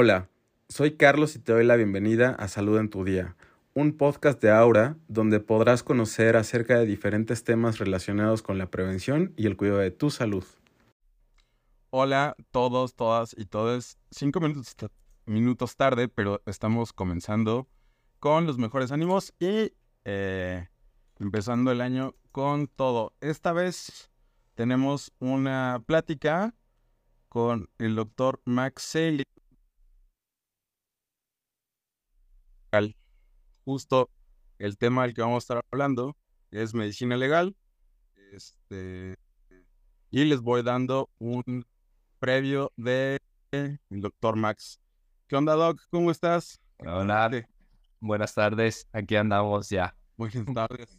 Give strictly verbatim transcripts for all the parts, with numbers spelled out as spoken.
Hola, soy Carlos y te doy la bienvenida a Salud en tu Día, un podcast de Aura donde podrás conocer acerca de diferentes temas relacionados con la prevención y el cuidado de tu salud. Hola todos, todas y todos. Cinco minutos, ta- minutos tarde, pero estamos comenzando con los mejores ánimos y eh, empezando el año con todo. Esta vez tenemos una plática con el doctor Max Selig. Justo el tema del que vamos a estar hablando es medicina legal. Este, y les voy dando un previo de el doctor Max. ¿Qué onda, Doc? ¿Cómo estás? Hola, Sí, buenas tardes, aquí andamos ya. buenas tardes.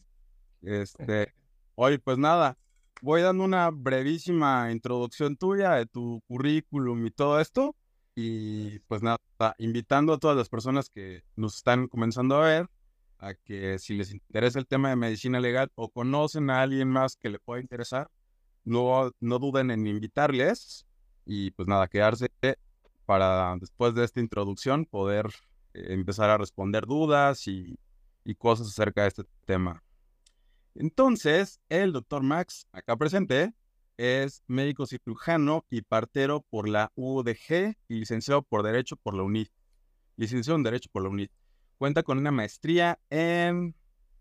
Este, oye, pues nada, voy dando una brevísima introducción tuya de tu currículum y todo esto. Y pues nada, invitando a todas las personas que nos están comenzando a ver a que si les interesa el tema de medicina legal o conocen a alguien más que le pueda interesar, no, no duden en invitarles y pues nada, quedarse para después de esta introducción poder eh, empezar a responder dudas y, y cosas acerca de este tema. Entonces, el doctor Max, acá presente, es médico cirujano y partero por la U D G y licenciado por Derecho por la UNID. Licenciado en Derecho por la UNID. Cuenta con una maestría en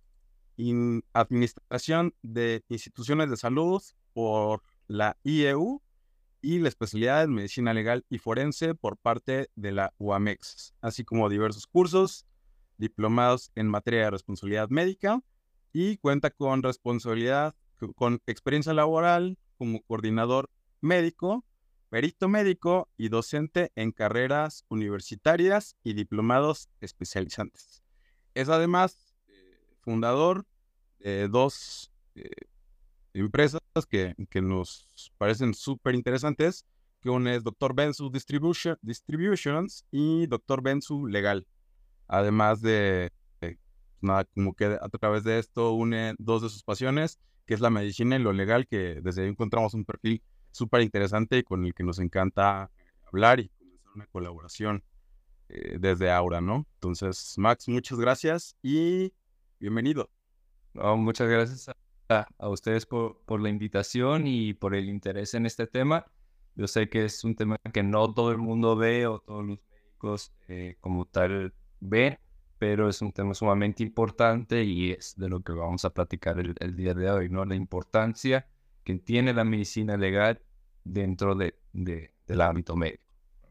in- Administración de Instituciones de Salud por la I E U y la especialidad en Medicina Legal y Forense por parte de la U A M E X, así como diversos cursos, diplomados en materia de responsabilidad médica y cuenta con responsabilidad, con experiencia laboral como coordinador médico, perito médico y docente en carreras universitarias y diplomados especializantes. Es además eh, fundador de dos eh, empresas que, que nos parecen súper interesantes, que una es doctor Benzu Distribution, Distributions y doctor Benzu Legal. Además de, de, nada, como que a través de esto une dos de sus pasiones, que es la medicina y lo legal, que desde ahí encontramos un perfil súper interesante y con el que nos encanta hablar y comenzar una colaboración eh, desde Aura, ¿no? Entonces, Max, muchas gracias y bienvenido. No, muchas gracias a, a ustedes por, por la invitación y por el interés en este tema. Yo sé que es un tema que no todo el mundo ve o todos los médicos eh, como tal ven, pero es un tema sumamente importante y es de lo que vamos a platicar el, el día de hoy, ¿no? La importancia que tiene la medicina legal dentro de, de- del ámbito médico.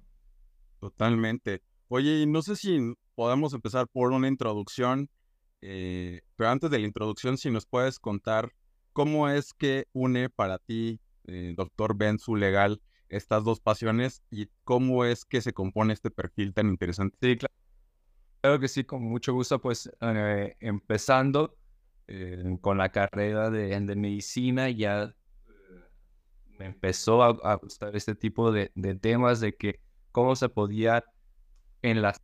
Totalmente. Oye, y no sé si podemos empezar por una introducción, eh, pero antes de la introducción, si nos puedes contar cómo es que une para ti, eh, doctor Benzu Legal, estas dos pasiones y cómo es que se compone este perfil tan interesante. Sí, claro. Claro que sí, con mucho gusto, pues eh, empezando eh, con la carrera de, de medicina, ya eh, me empezó a, a gustar este tipo de, de temas de que cómo se podía enlazar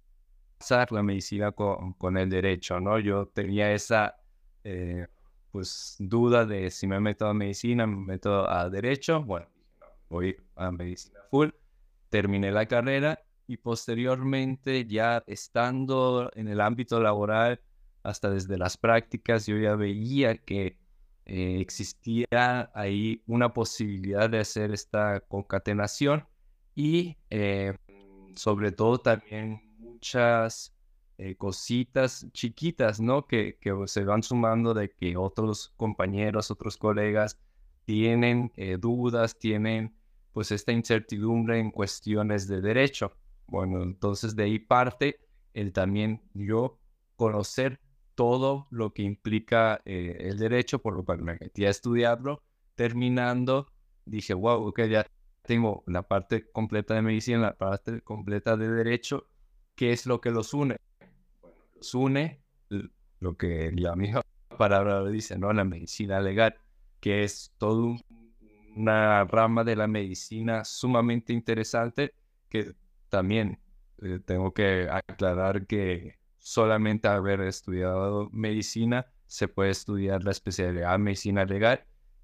la medicina con, con el derecho, ¿no? Yo tenía esa eh, pues duda de si me meto a medicina, me meto a derecho. Bueno, dije, no, voy a medicina full, terminé la carrera y posteriormente ya estando en el ámbito laboral, hasta desde las prácticas, yo ya veía que eh, existía ahí una posibilidad de hacer esta concatenación y eh, sobre todo también muchas eh, cositas chiquitas, ¿no? Que, que se van sumando de que otros compañeros, otros colegas tienen eh, dudas, tienen pues esta incertidumbre en cuestiones de derecho. Bueno, entonces de ahí parte el también yo conocer todo lo que implica eh, el derecho, por lo cual me metí a estudiarlo. Terminando, dije, wow, ok, ya tengo la parte completa de medicina, la parte completa de derecho. ¿Qué es lo que los une? Bueno, los une l- lo que la misma palabra lo dice, ¿no? La medicina legal, que es todo un- una rama de la medicina sumamente interesante que también eh, tengo que aclarar que solamente haber estudiado medicina se puede estudiar la especialidad de medicina legal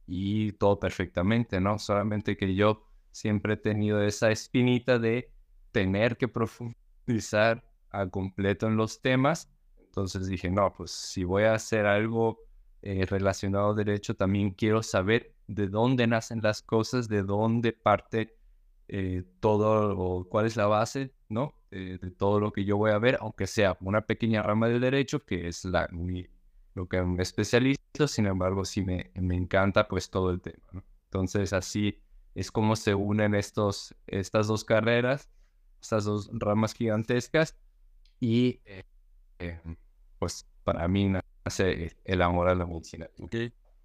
y todo perfectamente, ¿no? Solamente que yo siempre he tenido esa espinita de tener que profundizar al completo en los temas. Entonces dije, no, pues si voy a hacer algo eh, relacionado al derecho, también quiero saber de dónde nacen las cosas, de dónde parte eh, todo, o cuál es la base, ¿no? Eh, de todo lo que yo voy a ver, aunque sea una pequeña rama del derecho, que es la, mi, lo que me especializo. Sin embargo, sí me, me encanta pues todo el tema, ¿no? Entonces así es como se unen estos, estas dos carreras, estas dos ramas gigantescas, y eh, eh, pues para mí nace el amor a la medicina. Ok,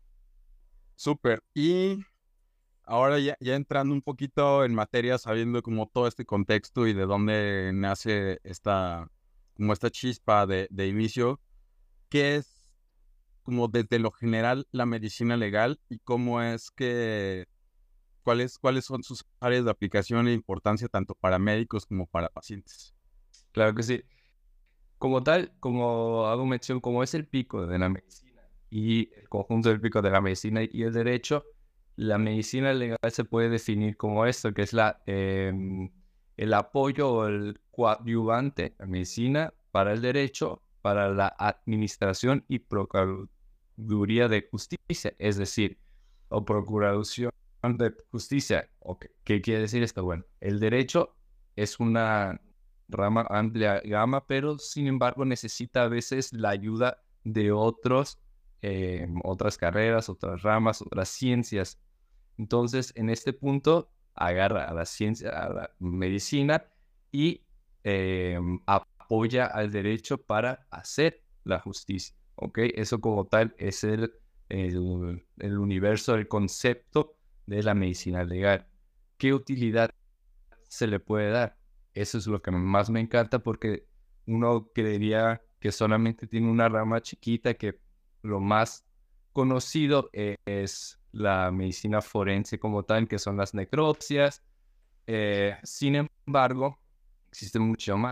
súper. Y ahora ya, ya entrando un poquito en materia, sabiendo como todo este contexto y de dónde nace esta, como esta chispa de, de inicio, ¿qué es como desde lo general la medicina legal y cómo es que, cuáles, cuáles son sus áreas de aplicación e importancia tanto para médicos como para pacientes? Claro que sí. Como tal, como hago mención, como es el pico de la medicina y el conjunto del pico de la medicina y el derecho, la medicina legal se puede definir como esto, que es la, eh, el apoyo o el coadyuvante a la medicina para el derecho, para la administración y procuraduría de justicia, es decir, o procuración de justicia. Okay. ¿Qué quiere decir esto? Bueno, el derecho es una rama amplia gama, pero sin embargo necesita a veces la ayuda de otros, eh, otras carreras, otras ramas, otras ciencias. Entonces, en este punto, agarra a la ciencia, a la medicina y eh, apoya al derecho para hacer la justicia, ¿ok? Eso como tal es el, el, el universo, el concepto de la medicina legal. ¿Qué utilidad se le puede dar? Eso es lo que más me encanta, porque uno creería que solamente tiene una rama chiquita, que lo más conocido es la medicina forense como tal, que son las necropsias. Eh, sin embargo, existe mucho más.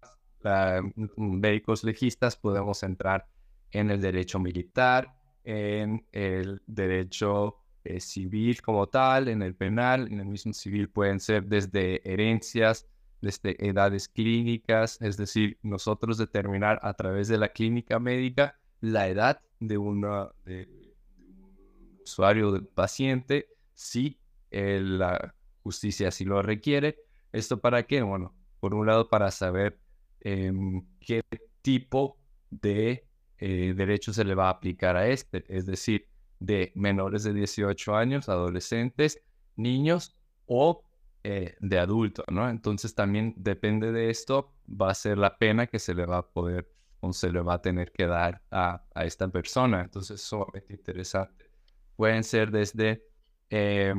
Uh, médicos legistas podemos entrar en el derecho militar, en el derecho eh, civil como tal, en el penal. En el mismo civil pueden ser desde herencias, desde edades clínicas, es decir, nosotros determinar a través de la clínica médica la edad de, una, de, de un usuario, del paciente, si eh, la justicia así lo requiere. ¿Esto para qué? Bueno, por un lado, para saber eh, qué tipo de eh, derecho se le va a aplicar a este, es decir, de menores de dieciocho años, adolescentes, niños o eh, de adultos, ¿no? Entonces también depende de esto, va a ser la pena que se le va a poder o se le va a tener que dar a, a esta persona. Entonces es sumamente interesante. Pueden ser desde eh,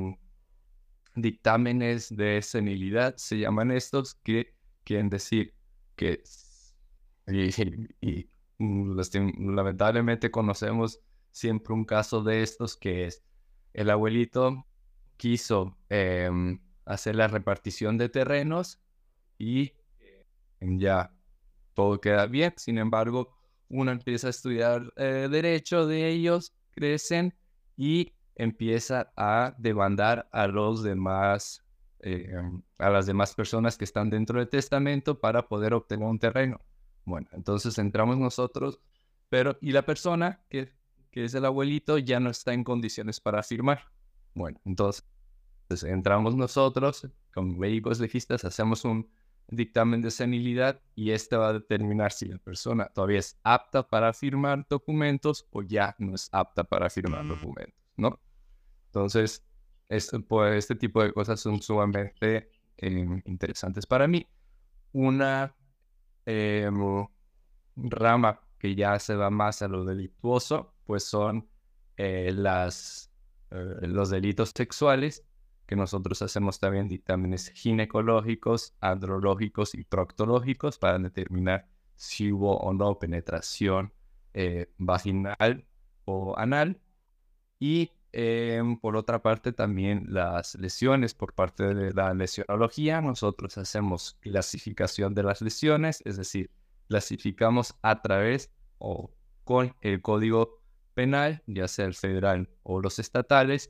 dictámenes de senilidad, se llaman estos, que quieren decir que, y, y, y lamentablemente conocemos siempre un caso de estos, que es el abuelito quiso eh, hacer la repartición de terrenos y eh, ya todo queda bien. Sin embargo, uno empieza a estudiar eh, derecho de ellos, crecen y empieza a demandar a los demás, eh, a las demás personas que están dentro del testamento para poder obtener un terreno. Bueno, entonces entramos nosotros, pero y la persona que, que es el abuelito ya no está en condiciones para firmar. Bueno, entonces entramos nosotros, como médicos legistas, hacemos un dictamen de senilidad y este va a determinar si la persona todavía es apta para firmar documentos o ya no es apta para firmar documentos, ¿no? Entonces, este, pues, este tipo de cosas son sumamente eh, interesantes para mí. Una eh, rama que ya se va más a lo delictuoso, pues son eh, las, eh, los delitos sexuales, que nosotros hacemos también dictámenes ginecológicos, andrológicos y proctológicos para determinar si hubo o no penetración eh, vaginal o anal. Y eh, por otra parte también las lesiones por parte de la lesionología. Nosotros hacemos clasificación de las lesiones, es decir, clasificamos a través o con el código penal, ya sea el federal o los estatales,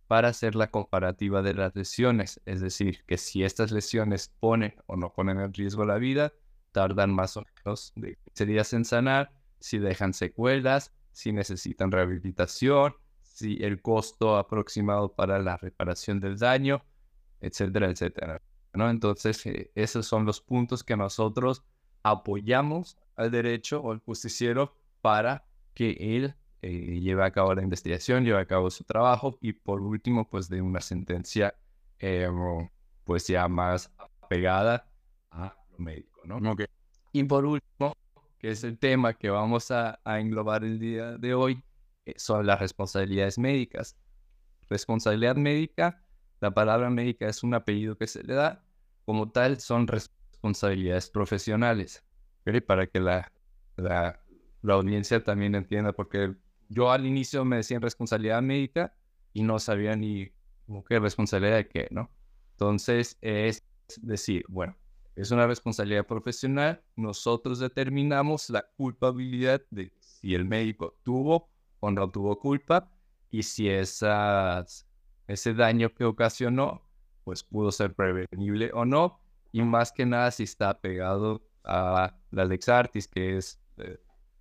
para hacer la comparativa de las lesiones. Es decir, que si estas lesiones ponen o no ponen en riesgo la vida, tardan más o menos de quince días en sanar, si dejan secuelas, si necesitan rehabilitación, si el costo aproximado para la reparación del daño, etcétera, etcétera, ¿no? Entonces, eh, esos son los puntos que nosotros apoyamos al derecho o al justiciero para que él eh, lleve a cabo la investigación, lleve a cabo su trabajo y por último, pues de una sentencia eh, pues ya más apegada a lo médico, ¿no? Ok. Y por último, que es el tema que vamos a, a englobar el día de hoy, eh, son las responsabilidades médicas. Responsabilidad médica, la palabra médica es un apellido que se le da, como tal son responsabilidades profesionales, ¿okay? Para que la, la, la audiencia también entienda, porque yo al inicio me decían responsabilidad médica y no sabía ni qué responsabilidad de qué, ¿no? Entonces es decir, bueno, es una responsabilidad profesional, nosotros determinamos la culpabilidad de si el médico tuvo o no tuvo culpa y si esas, ese daño que ocasionó pues pudo ser prevenible o no, y más que nada si está pegado a la lex artis, que es eh,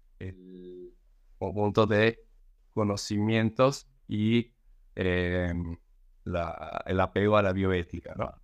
el conjunto de conocimientos y eh, la, el apego a la bioética, ¿no?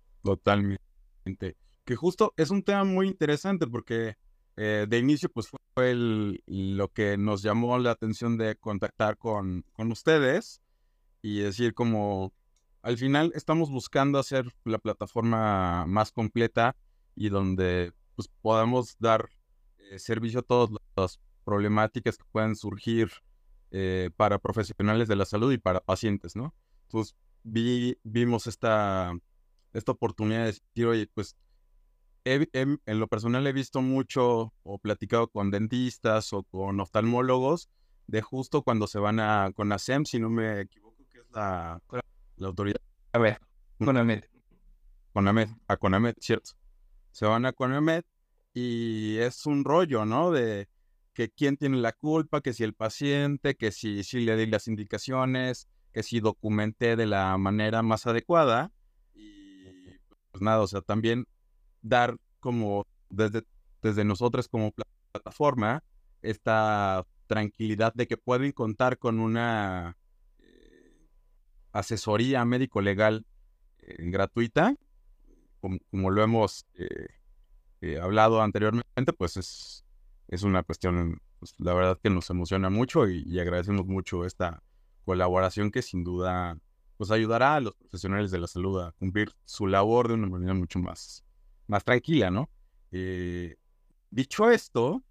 Totalmente. Que justo es un tema muy interesante porque eh, de inicio pues fue el, lo que nos llamó la atención de contactar con, con ustedes y decir como al final estamos buscando hacer la plataforma más completa y donde pues podamos dar eh, servicio a todas las problemáticas que puedan surgir eh, para profesionales de la salud y para pacientes, ¿no? Entonces vi, vimos esta, esta oportunidad de decir, oye, pues He, he, en lo personal he visto mucho o platicado con dentistas o con oftalmólogos de justo cuando se van a CONASEM, si no me equivoco, que es la, la autoridad. A ver, CONAMED. CONAMED, a CONAMED, cierto. Se van a CONAMED y es un rollo, ¿no? De que quién tiene la culpa, que si el paciente, que si, si le di las indicaciones, que si documenté de la manera más adecuada. Y pues nada, o sea, también dar como desde, desde nosotros como plataforma esta tranquilidad de que pueden contar con una eh, asesoría médico-legal eh, gratuita, como, como lo hemos eh, eh, hablado anteriormente, pues es, es una cuestión, pues, la verdad que nos emociona mucho y, y agradecemos mucho esta colaboración que sin duda pues ayudará a los profesionales de la salud a cumplir su labor de una manera mucho más más tranquila, ¿no? Eh, dicho esto,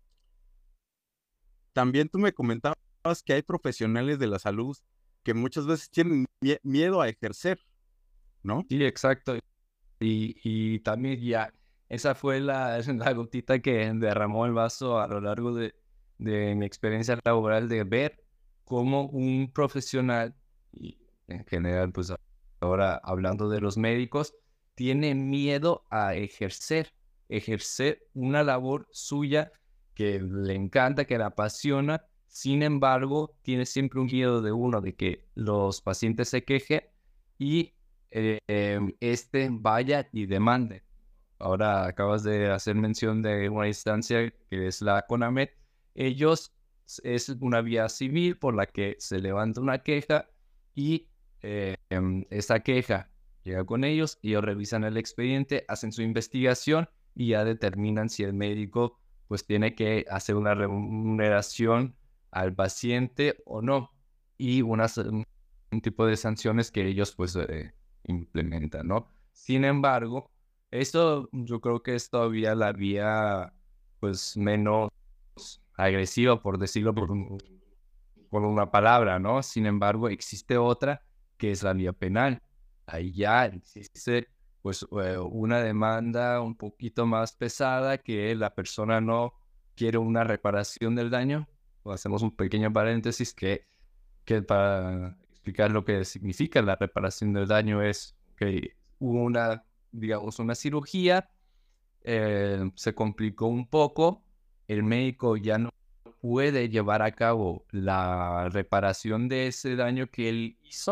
también tú me comentabas que hay profesionales de la salud que muchas veces tienen mie- miedo a ejercer, ¿no? Sí, exacto. Y, y también ya, esa fue la, la gotita que derramó el vaso a lo largo de, de mi experiencia laboral, de ver cómo un profesional, y en general, pues ahora hablando de los médicos, tiene miedo a ejercer, ejercer una labor suya que le encanta, que le apasiona. Sin embargo, tiene siempre un miedo de uno, de que los pacientes se quejen y eh, eh, este vaya y demande. Ahora acabas de hacer mención de una instancia que es la CONAMED. Ellos es una vía civil por la que se levanta una queja y eh, em, esa queja llega con ellos, ellos revisan el expediente, hacen su investigación y ya determinan si el médico pues tiene que hacer una remuneración al paciente o no, y unas, un tipo de sanciones que ellos pues eh, implementan, ¿no? Sin embargo, esto yo creo que es todavía la vía pues menos agresiva, por decirlo por, un, por una palabra, ¿no? Sin embargo, existe otra que es la vía penal. Ahí ya existe pues eh, una demanda un poquito más pesada, que la persona no quiere una reparación del daño. O hacemos un pequeño paréntesis que, que para explicar lo que significa la reparación del daño es que hubo una, digamos, una cirugía, eh, se complicó un poco, el médico ya no puede llevar a cabo la reparación de ese daño que él hizo,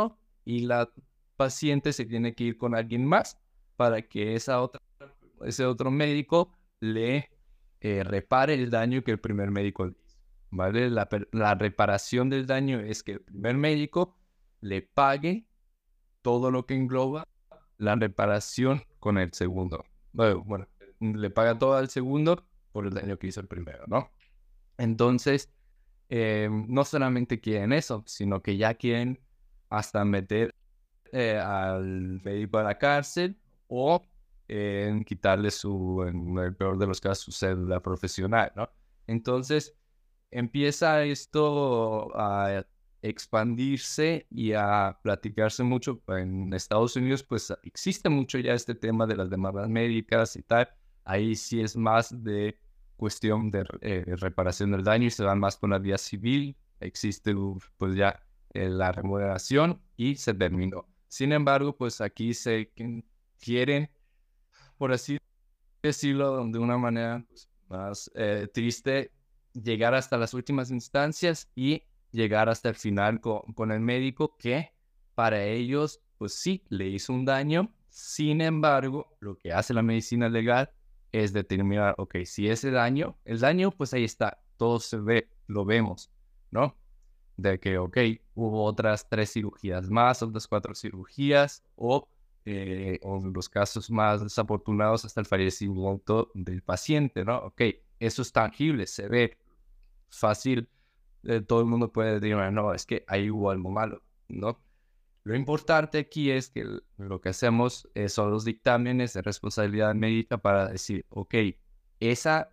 y la paciente se tiene que ir con alguien más para que esa otra, ese otro médico le eh, repare el daño que el primer médico le hizo, ¿vale? La, la reparación del daño es que el primer médico le pague todo lo que engloba la reparación con el segundo. Bueno, bueno, le paga todo al segundo por el daño que hizo el primero, ¿no? Entonces, eh, no solamente quieren eso, sino que ya quieren hasta meter eh, al médico a la cárcel o eh, quitarle su, en el peor de los casos, su cédula profesional, ¿no? Entonces, empieza esto a expandirse y a platicarse mucho. En Estados Unidos, pues existe mucho ya este tema de las demandas médicas y tal. Ahí sí es más de cuestión de eh, reparación del daño y se van más con la vía civil. Existe pues ya eh, la remuneración y se terminó. Sin embargo, pues aquí se quieren, por así decirlo de una manera pues, más eh, triste, llegar hasta las últimas instancias y llegar hasta el final con, con el médico que para ellos, pues sí, le hizo un daño. Sin embargo, lo que hace la medicina legal es determinar, ok, si ese daño, el daño, pues ahí está, todo se ve, lo vemos, ¿no? De que, ok, hubo otras tres cirugías más, otras cuatro cirugías, o, eh, o en los casos más desafortunados hasta el fallecimiento del paciente, ¿no? Ok, eso es tangible, se ve fácil, eh, todo el mundo puede decir, no, es que ahí hubo algo malo, ¿no? Lo importante aquí es que lo que hacemos eh, son los dictámenes de responsabilidad médica para decir, ok, esa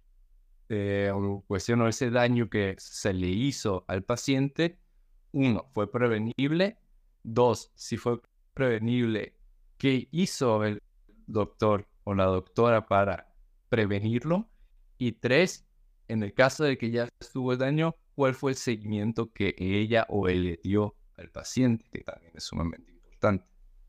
eh, cuestión o ese daño que se le hizo al paciente, uno, fue prevenible, dos, si fue prevenible, ¿qué hizo el doctor o la doctora para prevenirlo? Y tres, en el caso de que ya estuvo el daño, ¿cuál fue el seguimiento que ella o él le dio al paciente? Que también es sumamente importante.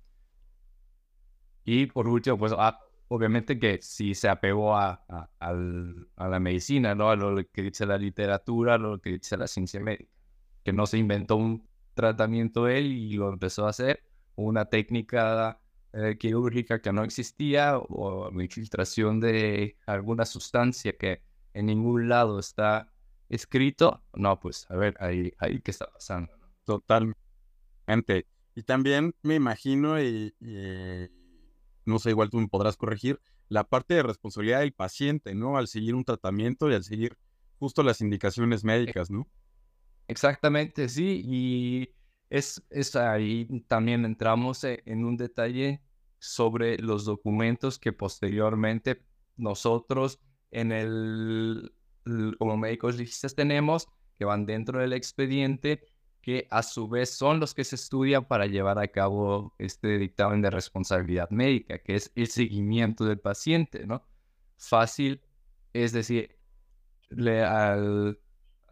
Y por último, pues ah, obviamente que si se apegó a, a, al, a la medicina, ¿no? A lo que dice la literatura, a lo que dice la ciencia médica. Que no se inventó un tratamiento él y lo empezó a hacer, una técnica eh, quirúrgica que no existía o la infiltración de alguna sustancia que en ningún lado está escrito. No, pues a ver, ahí, ahí qué está pasando, ¿no? Totalmente. Y también me imagino, y, y no sé, igual tú me podrás corregir, la parte de responsabilidad del paciente, ¿no? Al seguir un tratamiento y al seguir justo las indicaciones médicas, ¿no? Exactamente, sí, y es, es ahí también entramos e- en un detalle sobre los documentos que posteriormente nosotros en el, el- como médicos legistas tenemos, que van dentro del expediente, que a su vez son los que se estudian para llevar a cabo este dictamen de responsabilidad médica, que es el seguimiento del paciente, ¿no? Fácil, es decir, le, al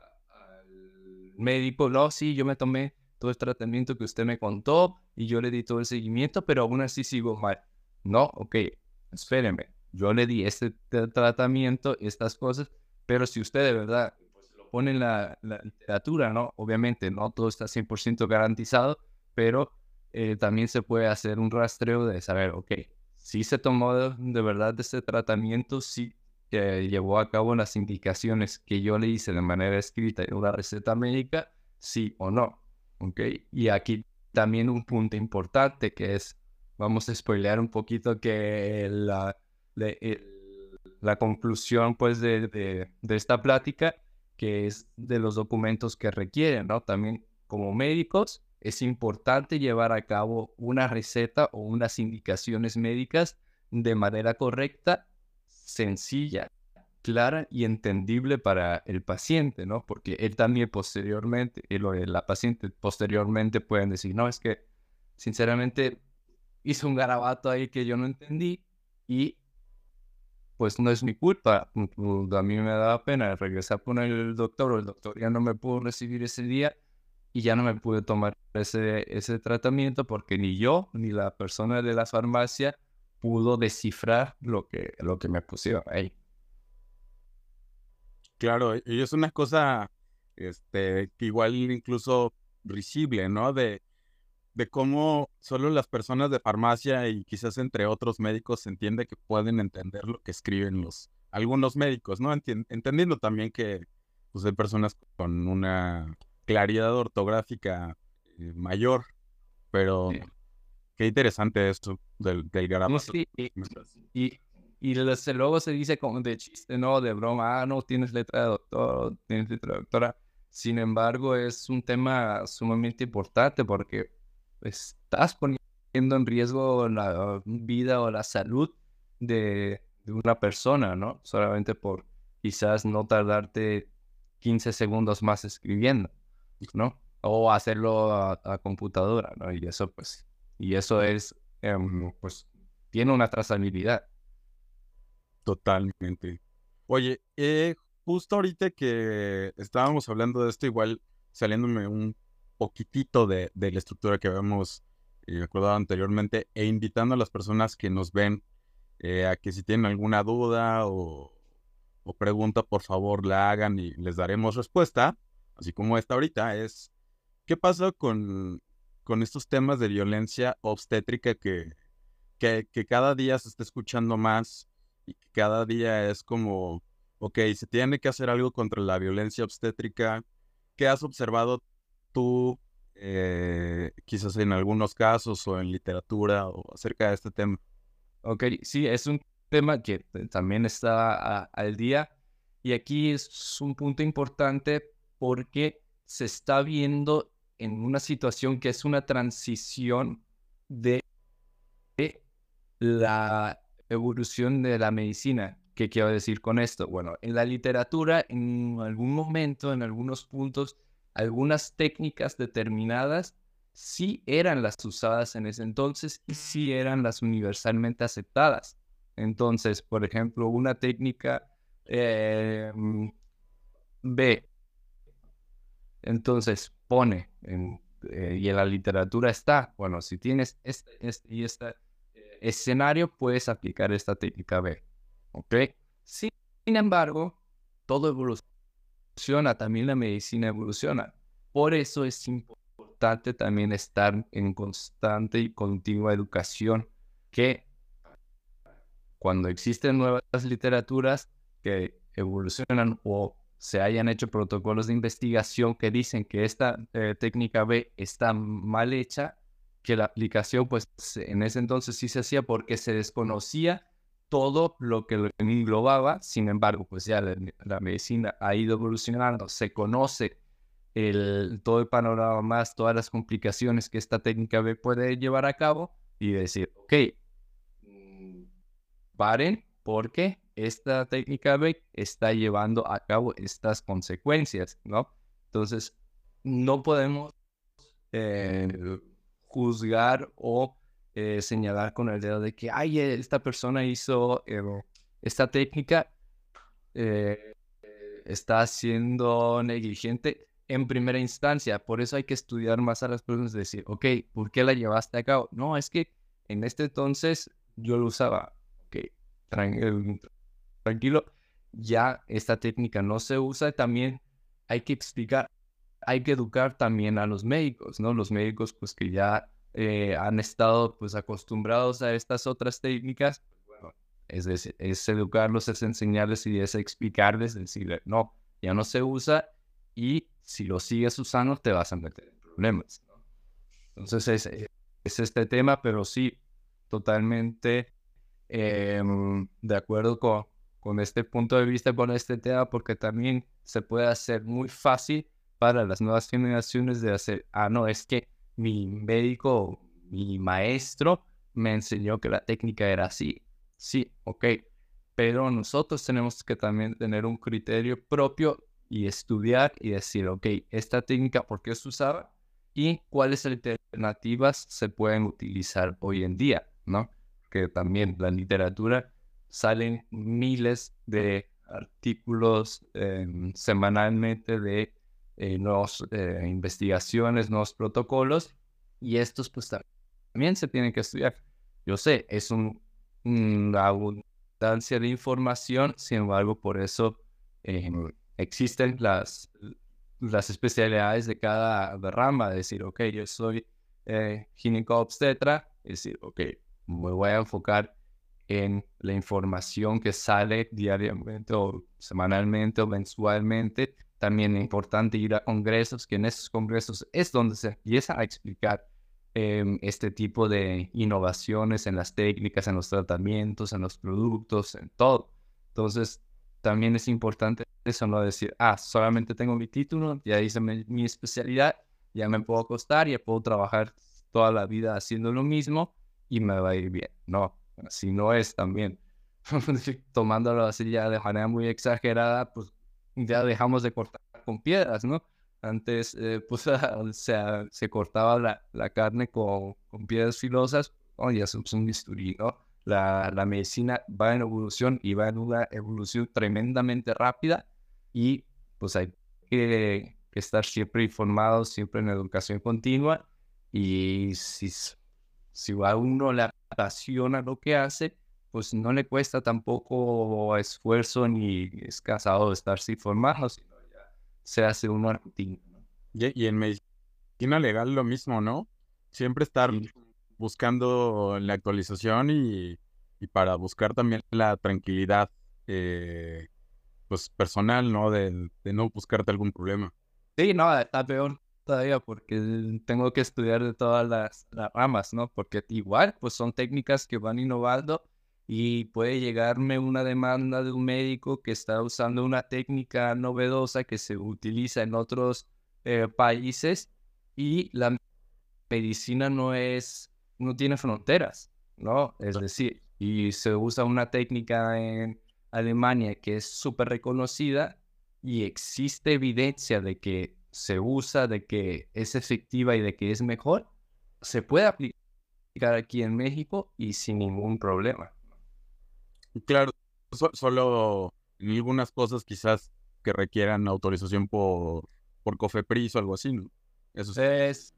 al médico, no, sí, yo me tomé todo el tratamiento que usted me contó y yo le di todo el seguimiento, pero aún así sigo mal. No, ok, espéreme, yo le di este t- tratamiento, estas cosas, pero si usted de verdad pues, lo pone en la, la literatura, ¿no? Obviamente no todo está cien por ciento garantizado, pero eh, también se puede hacer un rastreo de saber, ok, si se tomó de, de verdad este tratamiento, sí que llevó a cabo las indicaciones que yo le hice de manera escrita en una receta médica, sí o no, ¿ok? Y aquí también un punto importante que es, vamos a spoilear un poquito que la, le- el- la conclusión pues de, de, de esta plática, que es de los documentos que requieren, ¿no? También como médicos es importante llevar a cabo una receta o unas indicaciones médicas de manera correcta, sencilla, clara y entendible para el paciente, ¿no? Porque él también posteriormente, él o la paciente posteriormente pueden decir, no, es que sinceramente hizo un garabato ahí que yo no entendí y pues no es mi culpa. Mm, A mí me daba pena regresar con el doctor o el doctor ya no me pudo recibir ese día y ya no me pude tomar ese, ese tratamiento porque ni yo ni la persona de la farmacia pudo descifrar lo que, lo que me pusieron ahí. Claro, y es una cosa, este, que igual incluso risible, ¿no? De, de cómo solo las personas de farmacia y quizás entre otros médicos se entiende que pueden entender lo que escriben los algunos médicos, ¿no? Entien- entendiendo también que pues, hay personas con una claridad ortográfica eh, mayor, pero Sí. qué interesante esto del, del No, garabato. sí, y, y, y les- luego se dice como de chiste, ¿no? De broma, ah, no, tienes letra de doctor, tienes letra de doctora. Sin embargo, es un tema sumamente importante porque estás poniendo en riesgo la vida o la salud de, de una persona, ¿no? Solamente por quizás no tardarte quince segundos más escribiendo, ¿no? O hacerlo a, a computadora, ¿no? Y eso, pues, y eso es, em, pues, tiene una trazabilidad. Totalmente. Oye, eh, justo ahorita que estábamos hablando de esto, igual saliéndome un poquitito de, de la estructura que habíamos eh, acordado anteriormente e invitando a las personas que nos ven eh, a que si tienen alguna duda o, o pregunta, por favor la hagan y les daremos respuesta, así como esta ahorita, es ¿qué pasa con, con estos temas de violencia obstétrica que, que, que cada día se está escuchando más y que cada día es como, ok, se tiene que hacer algo contra la violencia obstétrica? ¿Qué has observado tú, eh, quizás en algunos casos o en literatura o acerca de este tema? Ok, sí, es un tema que eh, también está a- al día y aquí es un punto importante porque se está viendo en una situación que es una transición de la evolución de la medicina. ¿Qué quiero decir con esto? Bueno, en la literatura, en algún momento, en algunos puntos, algunas técnicas determinadas sí eran las usadas en ese entonces y sí eran las universalmente aceptadas. Entonces, por ejemplo, una técnica eh, B, entonces pone, en, eh, y en la literatura está, bueno, si tienes este, este y este eh, escenario, puedes aplicar esta técnica B, ¿ok? Sin embargo, todo evoluciona, también la medicina evoluciona. Por eso es importante también estar en constante y continua educación, que cuando existen nuevas literaturas que evolucionan o se hayan hecho protocolos de investigación que dicen que esta eh, técnica B está mal hecha, que la aplicación pues en ese entonces sí se hacía porque se desconocía todo lo que lo englobaba. Sin embargo, pues ya la, la medicina ha ido evolucionando, se conoce el, todo el panorama más, todas las complicaciones que esta técnica B puede llevar a cabo y decir, ok, mm, paren porque esta técnica B está llevando a cabo estas consecuencias, ¿no? Entonces, no podemos eh, juzgar o eh, señalar con el dedo de que, ay, esta persona hizo eh, esta técnica, eh, está siendo negligente en primera instancia. Por eso hay que estudiar más a las personas y decir, ok, ¿por qué la llevaste a cabo? No, es que en este entonces yo lo usaba. Ok, tran- eh, tranquilo, ya esta técnica no se usa. También hay que explicar, hay que educar también a los médicos, ¿no? Los médicos pues que ya eh, han estado pues acostumbrados a estas otras técnicas, pues, bueno, es, decir, es educarlos, es enseñarles y es explicarles, decirles, no, ya no se usa y si lo sigues usando te vas a meter en problemas, ¿no? Entonces es, eh, es este tema, pero sí, totalmente eh, de acuerdo con, con este punto de vista, con este tema, porque también se puede hacer muy fácil para las nuevas generaciones de hacer, ah, no, es que mi médico, mi maestro me enseñó que la técnica era así. Sí, ok, pero nosotros tenemos que también tener un criterio propio y estudiar y decir, ok, esta técnica, ¿por qué se usaba? Y cuáles alternativas se pueden utilizar hoy en día, ¿no? Que también la literatura salen miles de artículos eh, semanalmente de eh, nuevas eh, investigaciones, nuevos protocolos, y estos pues también se tienen que estudiar. Yo sé, es un, una abundancia de información, sin embargo, por eso eh, existen las, las especialidades de cada rama, de decir, ok, yo soy eh, gineco-obstetra, es decir, ok, me voy a enfocar en la información que sale diariamente o semanalmente o mensualmente. También es importante ir a congresos, que en esos congresos es donde se empieza a explicar eh, este tipo de innovaciones en las técnicas, en los tratamientos, en los productos, en todo. Entonces, también es importante eso, no decir, ah, solamente tengo mi título, ya hice mi, mi especialidad, ya me puedo acostar, ya puedo trabajar toda la vida haciendo lo mismo y me va a ir bien. No, así no es también. Tomándolo así ya de manera muy exagerada, pues ya dejamos de cortar con piedras, ¿no? Antes, eh, pues, o sea, se cortaba la, la carne con, con piedras filosas, oh, ya se usa un bisturí, ¿no? La, la medicina va en evolución y va en una evolución tremendamente rápida y pues hay que, que estar siempre informados, siempre en educación continua y si, si a uno le apasiona lo que hace, pues no le cuesta tampoco esfuerzo ni es cansado de estarse informado, sino ya se hace una rutina, ¿no? Y, y en medicina legal lo mismo, ¿no? Siempre estar Sí. buscando la actualización y, y para buscar también la tranquilidad eh, pues personal, ¿no? De, de no buscarte algún problema. Sí, no, está peor todavía porque tengo que estudiar de todas las, las ramas, ¿no? Porque igual, pues son técnicas que van innovando y puede llegarme una demanda de un médico que está usando una técnica novedosa que se utiliza en otros eh, países y la medicina no es, no tiene fronteras, ¿no? Es decir, y se usa una técnica en Alemania que es súper reconocida y existe evidencia de que se usa, de que es efectiva y de que es mejor, se puede aplicar aquí en México y sin ningún problema. Y claro, so- solo en algunas cosas quizás que requieran autorización por, por COFEPRIS o algo así, ¿no? Eso sí. Es,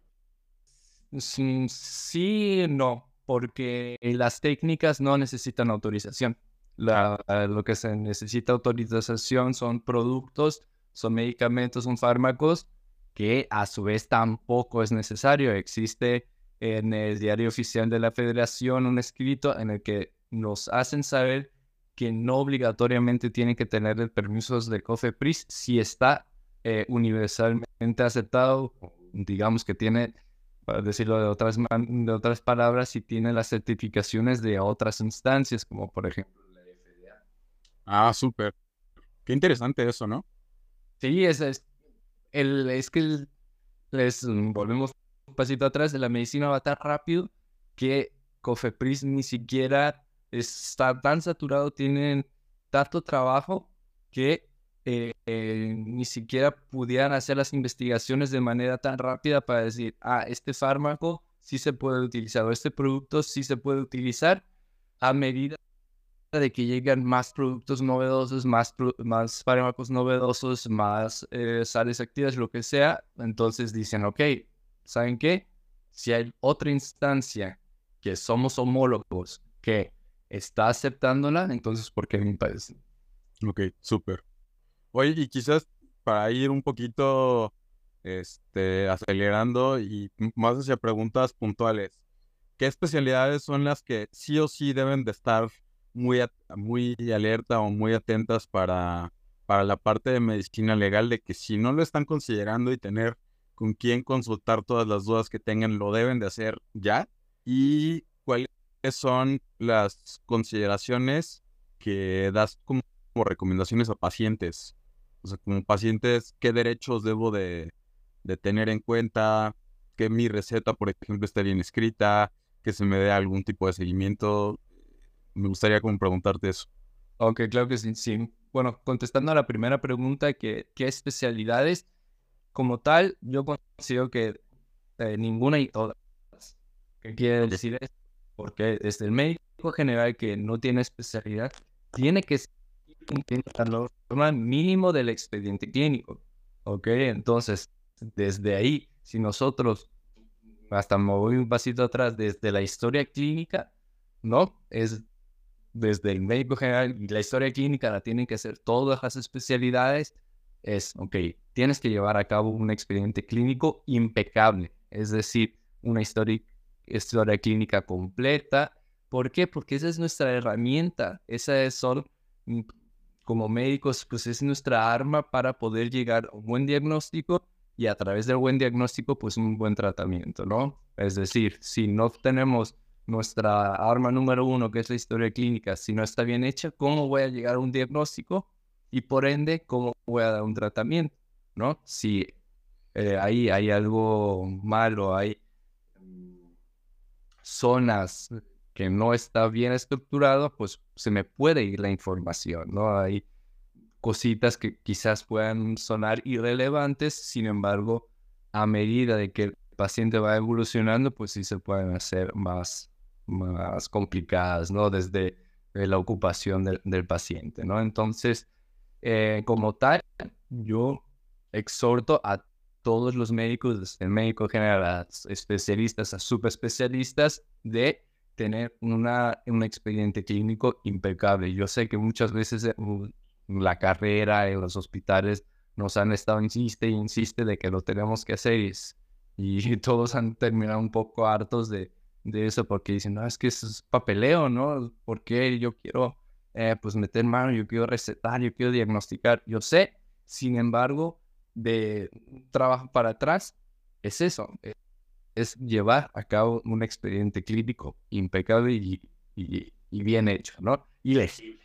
mm, sí, no, porque las técnicas no necesitan autorización. La, lo que se necesita autorización son productos, son medicamentos, son fármacos que a su vez tampoco es necesario. Existe en el Diario Oficial de la Federación un escrito en el que nos hacen saber que no obligatoriamente tienen que tener el permiso de COFEPRIS si está eh, universalmente aceptado, digamos que tiene, para decirlo de otras, man- de otras palabras, si tiene las certificaciones de otras instancias, como por ejemplo la F D A. Ah, súper. Qué interesante eso, ¿no? Sí, es, es, el, es que el- les mm, volvemos un pasito atrás, la medicina va tan rápido que COFEPRIS ni siquiera está tan saturado, tienen tanto trabajo que eh, eh, ni siquiera pudieran hacer las investigaciones de manera tan rápida para decir, ah, este fármaco sí se puede utilizar o este producto sí se puede utilizar a medida de que llegan más productos novedosos, más, pro- más fármacos novedosos, más eh, sales activas, lo que sea. Entonces dicen, ok, ¿saben qué? Si hay otra instancia que somos homólogos que está aceptándola, entonces, ¿por qué mi país? Ok, súper. Oye, y quizás para ir un poquito este, acelerando y m- más hacia preguntas puntuales, ¿qué especialidades son las que sí o sí deben de estar muy, at- muy alerta o muy atentas para, para la parte de medicina legal, de que si no lo están considerando y tener con quién consultar todas las dudas que tengan, lo deben de hacer ya? ¿Y cuáles son las consideraciones que das como, como recomendaciones a pacientes? O sea, como pacientes, ¿qué derechos debo de, de tener en cuenta? Que mi receta, por ejemplo, esté bien escrita, que se me dé algún tipo de seguimiento. Me gustaría como preguntarte eso. Ok, claro que sí, sí. Bueno, contestando a la primera pregunta, que, ¿qué especialidades? Como tal, yo considero que eh, ninguna y todas. ¿Qué quiere Ok. decir esto? Porque desde el médico general que no tiene especialidad, tiene que seguir cumpliendo la norma mínimo del expediente clínico. ¿Ok? Entonces, desde ahí, si nosotros, hasta me voy un pasito atrás, desde la historia clínica, ¿no? Es desde el médico general y la historia clínica la tienen que hacer todas las especialidades. Es, ok, tienes que llevar a cabo un expediente clínico impecable. Es decir, una historia, historia clínica completa. ¿Por qué? Porque esa es nuestra herramienta, esas son, como médicos, pues es nuestra arma para poder llegar a un buen diagnóstico y a través del buen diagnóstico, pues un buen tratamiento, ¿no? Es decir, si no tenemos nuestra arma número uno, que es la historia clínica, si no está bien hecha, ¿cómo voy a llegar a un diagnóstico? Y por ende, ¿cómo voy a dar un tratamiento? ¿No? Si eh, ahí hay algo malo, hay zonas que no está bien estructurado, pues se me puede ir la información, ¿no? Hay cositas que quizás puedan sonar irrelevantes, sin embargo, a medida de que el paciente va evolucionando, pues sí se pueden hacer más, más complicadas, ¿no? Desde eh, la ocupación del, del paciente, ¿no? Entonces, eh, como tal, yo exhorto a todos los médicos, desde el médico general a especialistas, a subespecialistas, de tener una, un expediente clínico impecable. Yo sé que muchas veces en la carrera, en los hospitales, nos han estado insiste y insiste de que lo tenemos que hacer y, y todos han terminado un poco hartos de, de eso porque dicen, no, es que eso es papeleo, ¿no? Porque yo quiero eh, pues meter mano, yo quiero recetar, yo quiero diagnosticar. Yo sé, sin embargo, de trabajo para atrás, es eso, es, es llevar a cabo un expediente clínico impecable y, y, y bien hecho, ¿no? Y legible.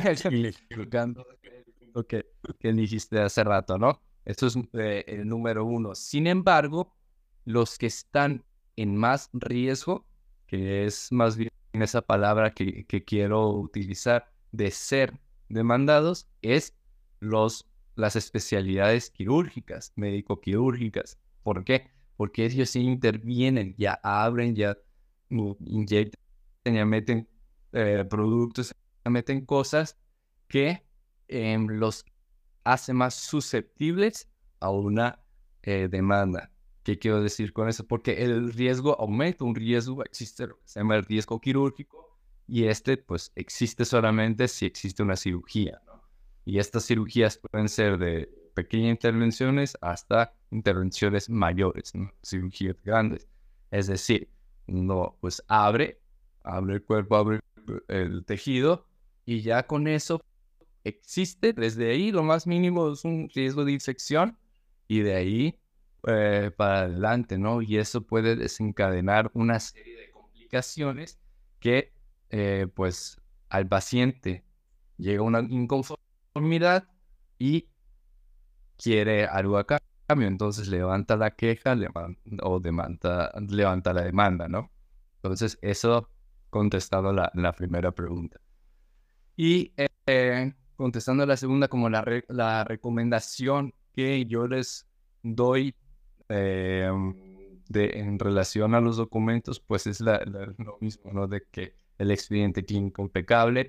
Lo que, que dijiste hace rato, ¿no? Esto es eh, el número uno. Sin embargo, los que están en más riesgo, que es más bien esa palabra que, que quiero utilizar, de ser demandados, es los las especialidades quirúrgicas, médico-quirúrgicas. ¿Por qué? Porque ellos sí intervienen, ya abren, ya uh, inyectan, ya meten eh, productos, ya meten cosas que eh, los hace más susceptibles a una eh, demanda. ¿Qué quiero decir con eso? Porque el riesgo aumenta, un riesgo existe, lo que se llama el riesgo quirúrgico, y este pues existe solamente si existe una cirugía, ¿no? Y estas cirugías pueden ser de pequeñas intervenciones hasta intervenciones mayores, ¿no? Cirugías grandes. Es decir, uno pues abre, abre el cuerpo, abre el tejido y ya con eso existe. Desde ahí lo más mínimo es un riesgo de infección y de ahí eh, para adelante, ¿no? Y eso puede desencadenar una serie de complicaciones que eh, pues al paciente llega una inconformidad y quiere algo a cambio, entonces levanta la queja levanta, o demanda, levanta la demanda, ¿no? Entonces eso contestado la, la primera pregunta. Y eh, contestando la segunda, como la, re, la recomendación que yo les doy eh, de, en relación a los documentos, pues es la, la, lo mismo, ¿no? De que el expediente clínico impecable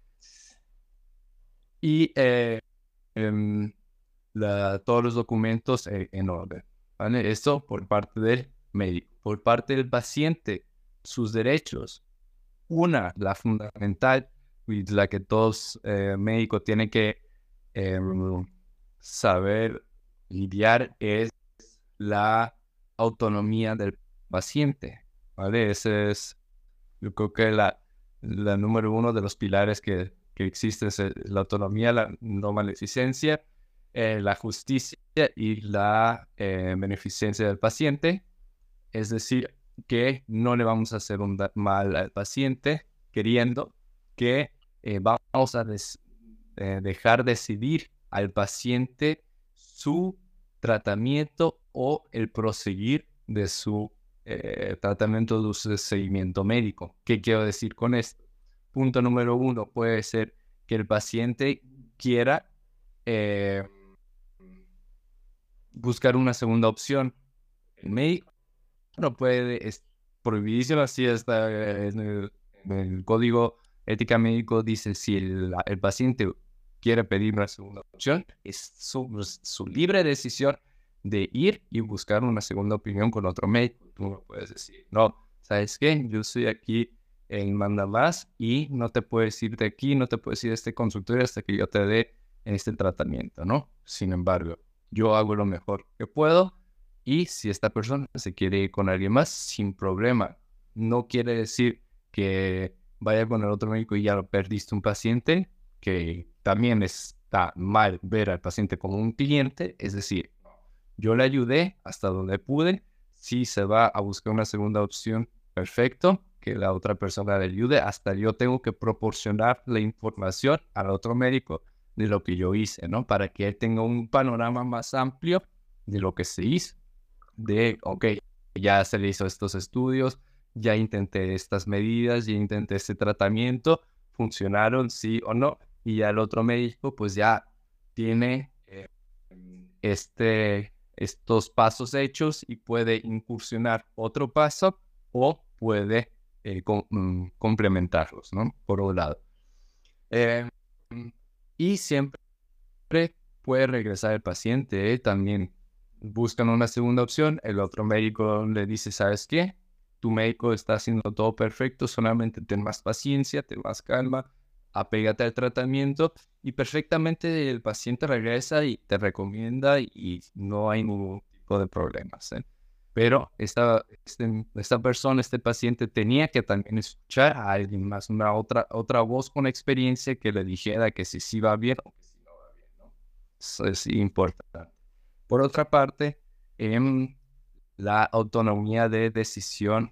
y eh, eh, la, todos los documentos eh, en orden, ¿vale? Esto por parte del médico. Por parte del paciente, sus derechos. Una, la fundamental, y la que todos eh, médicos tienen que eh, saber lidiar, es la autonomía del paciente, ¿vale? Ese es, yo creo que la, la número uno de los pilares que, que existe es la autonomía, la no maleficencia, eh, la justicia y la eh, beneficencia del paciente. Es decir, que no le vamos a hacer un mal al paciente queriendo que eh, vamos a des, eh, dejar decidir al paciente su tratamiento o el proseguir de su eh, tratamiento de su seguimiento médico. ¿Qué quiero decir con esto? Punto número uno puede ser que el paciente quiera eh, buscar una segunda opción. El médico no puede, es prohibidísimo, así está en el, en el código ética médico, dice si el, el paciente quiere pedir una segunda opción, es su, su libre decisión de ir y buscar una segunda opinión con otro médico. Tú no puedes decir, no, ¿sabes qué? Yo estoy aquí en Mandamás y no te puedes ir de aquí, no te puedes ir de este consultorio hasta que yo te dé este tratamiento, ¿no? Sin embargo, yo hago lo mejor que puedo Y si esta persona se quiere ir con alguien más, sin problema. No quiere decir que vaya con el otro médico y ya perdiste un paciente, que también está mal ver al paciente como un cliente. Es decir, yo le ayudé hasta donde pude. Si se va a buscar una segunda opción, perfecto, que la otra persona le ayude. Hasta yo tengo que proporcionar la información al otro médico de lo que yo hice, ¿no? Para que él tenga un panorama más amplio de lo que se hizo. De, ok, ya se le hizo estos estudios, ya intenté estas medidas, ya intenté este tratamiento, funcionaron, sí o no. Y ya el otro médico, pues ya tiene eh, este, estos pasos hechos y puede incursionar otro paso o puede eh, com- mm, complementarlos, ¿no? Por un lado. Eh, y siempre puede regresar el paciente, ¿eh? También buscan una segunda opción, el otro médico le dice, ¿sabes qué? Tu médico está haciendo todo perfecto, solamente ten más paciencia, ten más calma, apégate al tratamiento y perfectamente el paciente regresa y te recomienda y no hay ningún tipo de problemas, ¿eh? Pero esta, este, esta persona, este paciente tenía que también escuchar a alguien más, una otra, otra voz con experiencia que le dijera que si sí va bien o que si no va bien, ¿no? Eso es importante. Por otra parte, en la autonomía de decisión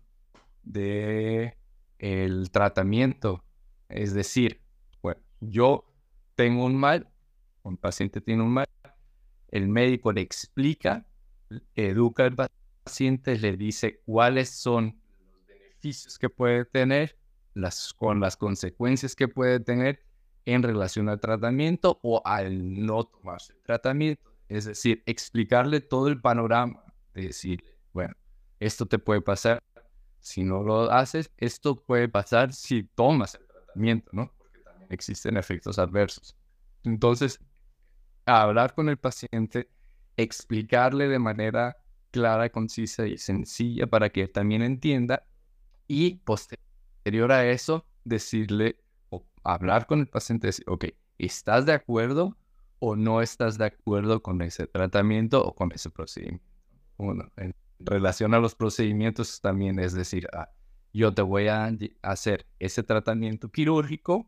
de el tratamiento. Es decir, bueno, yo tengo un mal, un paciente tiene un mal, el médico le explica, educa al paciente, le dice cuáles son los beneficios que puede tener, las, con las consecuencias que puede tener en relación al tratamiento o al no tomarse el tratamiento. Es decir, explicarle todo el panorama, de decirle, bueno, esto te puede pasar si no lo haces, esto puede pasar si tomas el tratamiento, ¿no? Porque también existen efectos adversos. Entonces, hablar con el paciente, explicarle de manera clara, concisa y sencilla para que él también entienda y posterior a eso, decirle o hablar con el paciente, decir, ok, ¿estás de acuerdo o no estás de acuerdo con ese tratamiento o con ese procedimiento? Bueno, en relación a los procedimientos también es decir, ah, yo te voy a hacer ese tratamiento quirúrgico,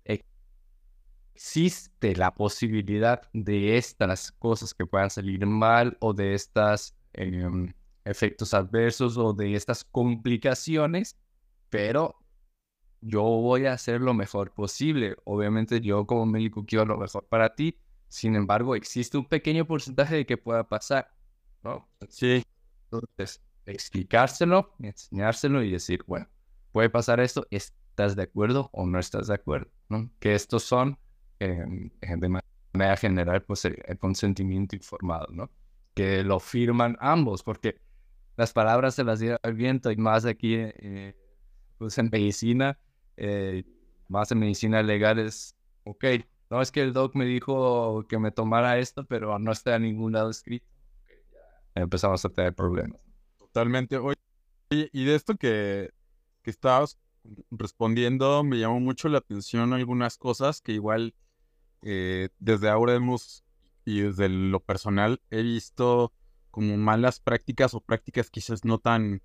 existe la posibilidad de estas cosas que puedan salir mal o de estos eh, efectos adversos o de estas complicaciones, pero yo voy a hacer lo mejor posible. Obviamente yo como médico quiero lo mejor para ti, sin embargo existe un pequeño porcentaje de que pueda pasar, ¿no? Sí, Entonces, explicárselo, enseñárselo y decir, bueno, puede pasar esto, ¿estás de acuerdo o no estás de acuerdo? ¿No? Que estos son, eh, de manera general, pues el, el consentimiento informado, ¿no? Que lo firman ambos, porque las palabras se las lleva el viento y más aquí, eh, pues en medicina, eh, más en medicina legal es, ok, no es que el doc me dijo que me tomara esto, pero no está en ningún lado escrito. Empezamos a tener problemas. totalmente. Oye, y de esto que, que estabas respondiendo, me llamó mucho la atención algunas cosas que igual eh, desde ahora hemos, y desde lo personal, he visto como malas prácticas o prácticas quizás no tan,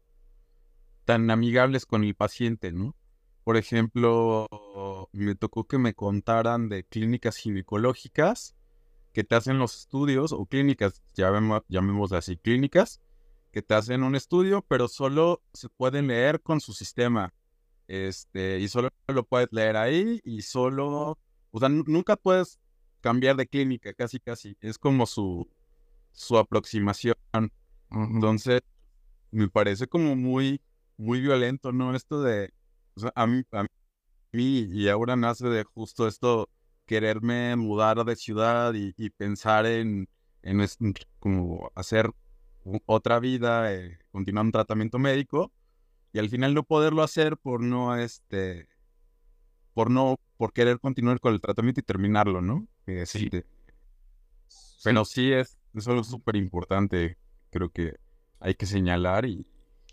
tan amigables con el paciente, ¿no? Por ejemplo, me tocó que me contaran de clínicas ginecológicas que te hacen los estudios, o clínicas, llamemos, llamémoslas así, clínicas, que te hacen un estudio, pero solo se pueden leer con su sistema. Este, y solo lo puedes leer ahí, y solo, o sea, n- nunca puedes cambiar de clínica, casi, casi. Es como su, su aproximación. Ujú. Entonces, me parece como muy, muy violento, ¿no? Esto de, o sea, a mí, a mí, y ahora nace de justo esto, quererme mudar de ciudad y, y pensar en, en es- en como hacer u- otra vida, eh, continuar un tratamiento médico, y al final no poderlo hacer por no, este, por no, por querer continuar con el tratamiento y terminarlo, ¿no? Sí, Este, sí, pero sí es, es algo súper importante, creo que hay que señalar y,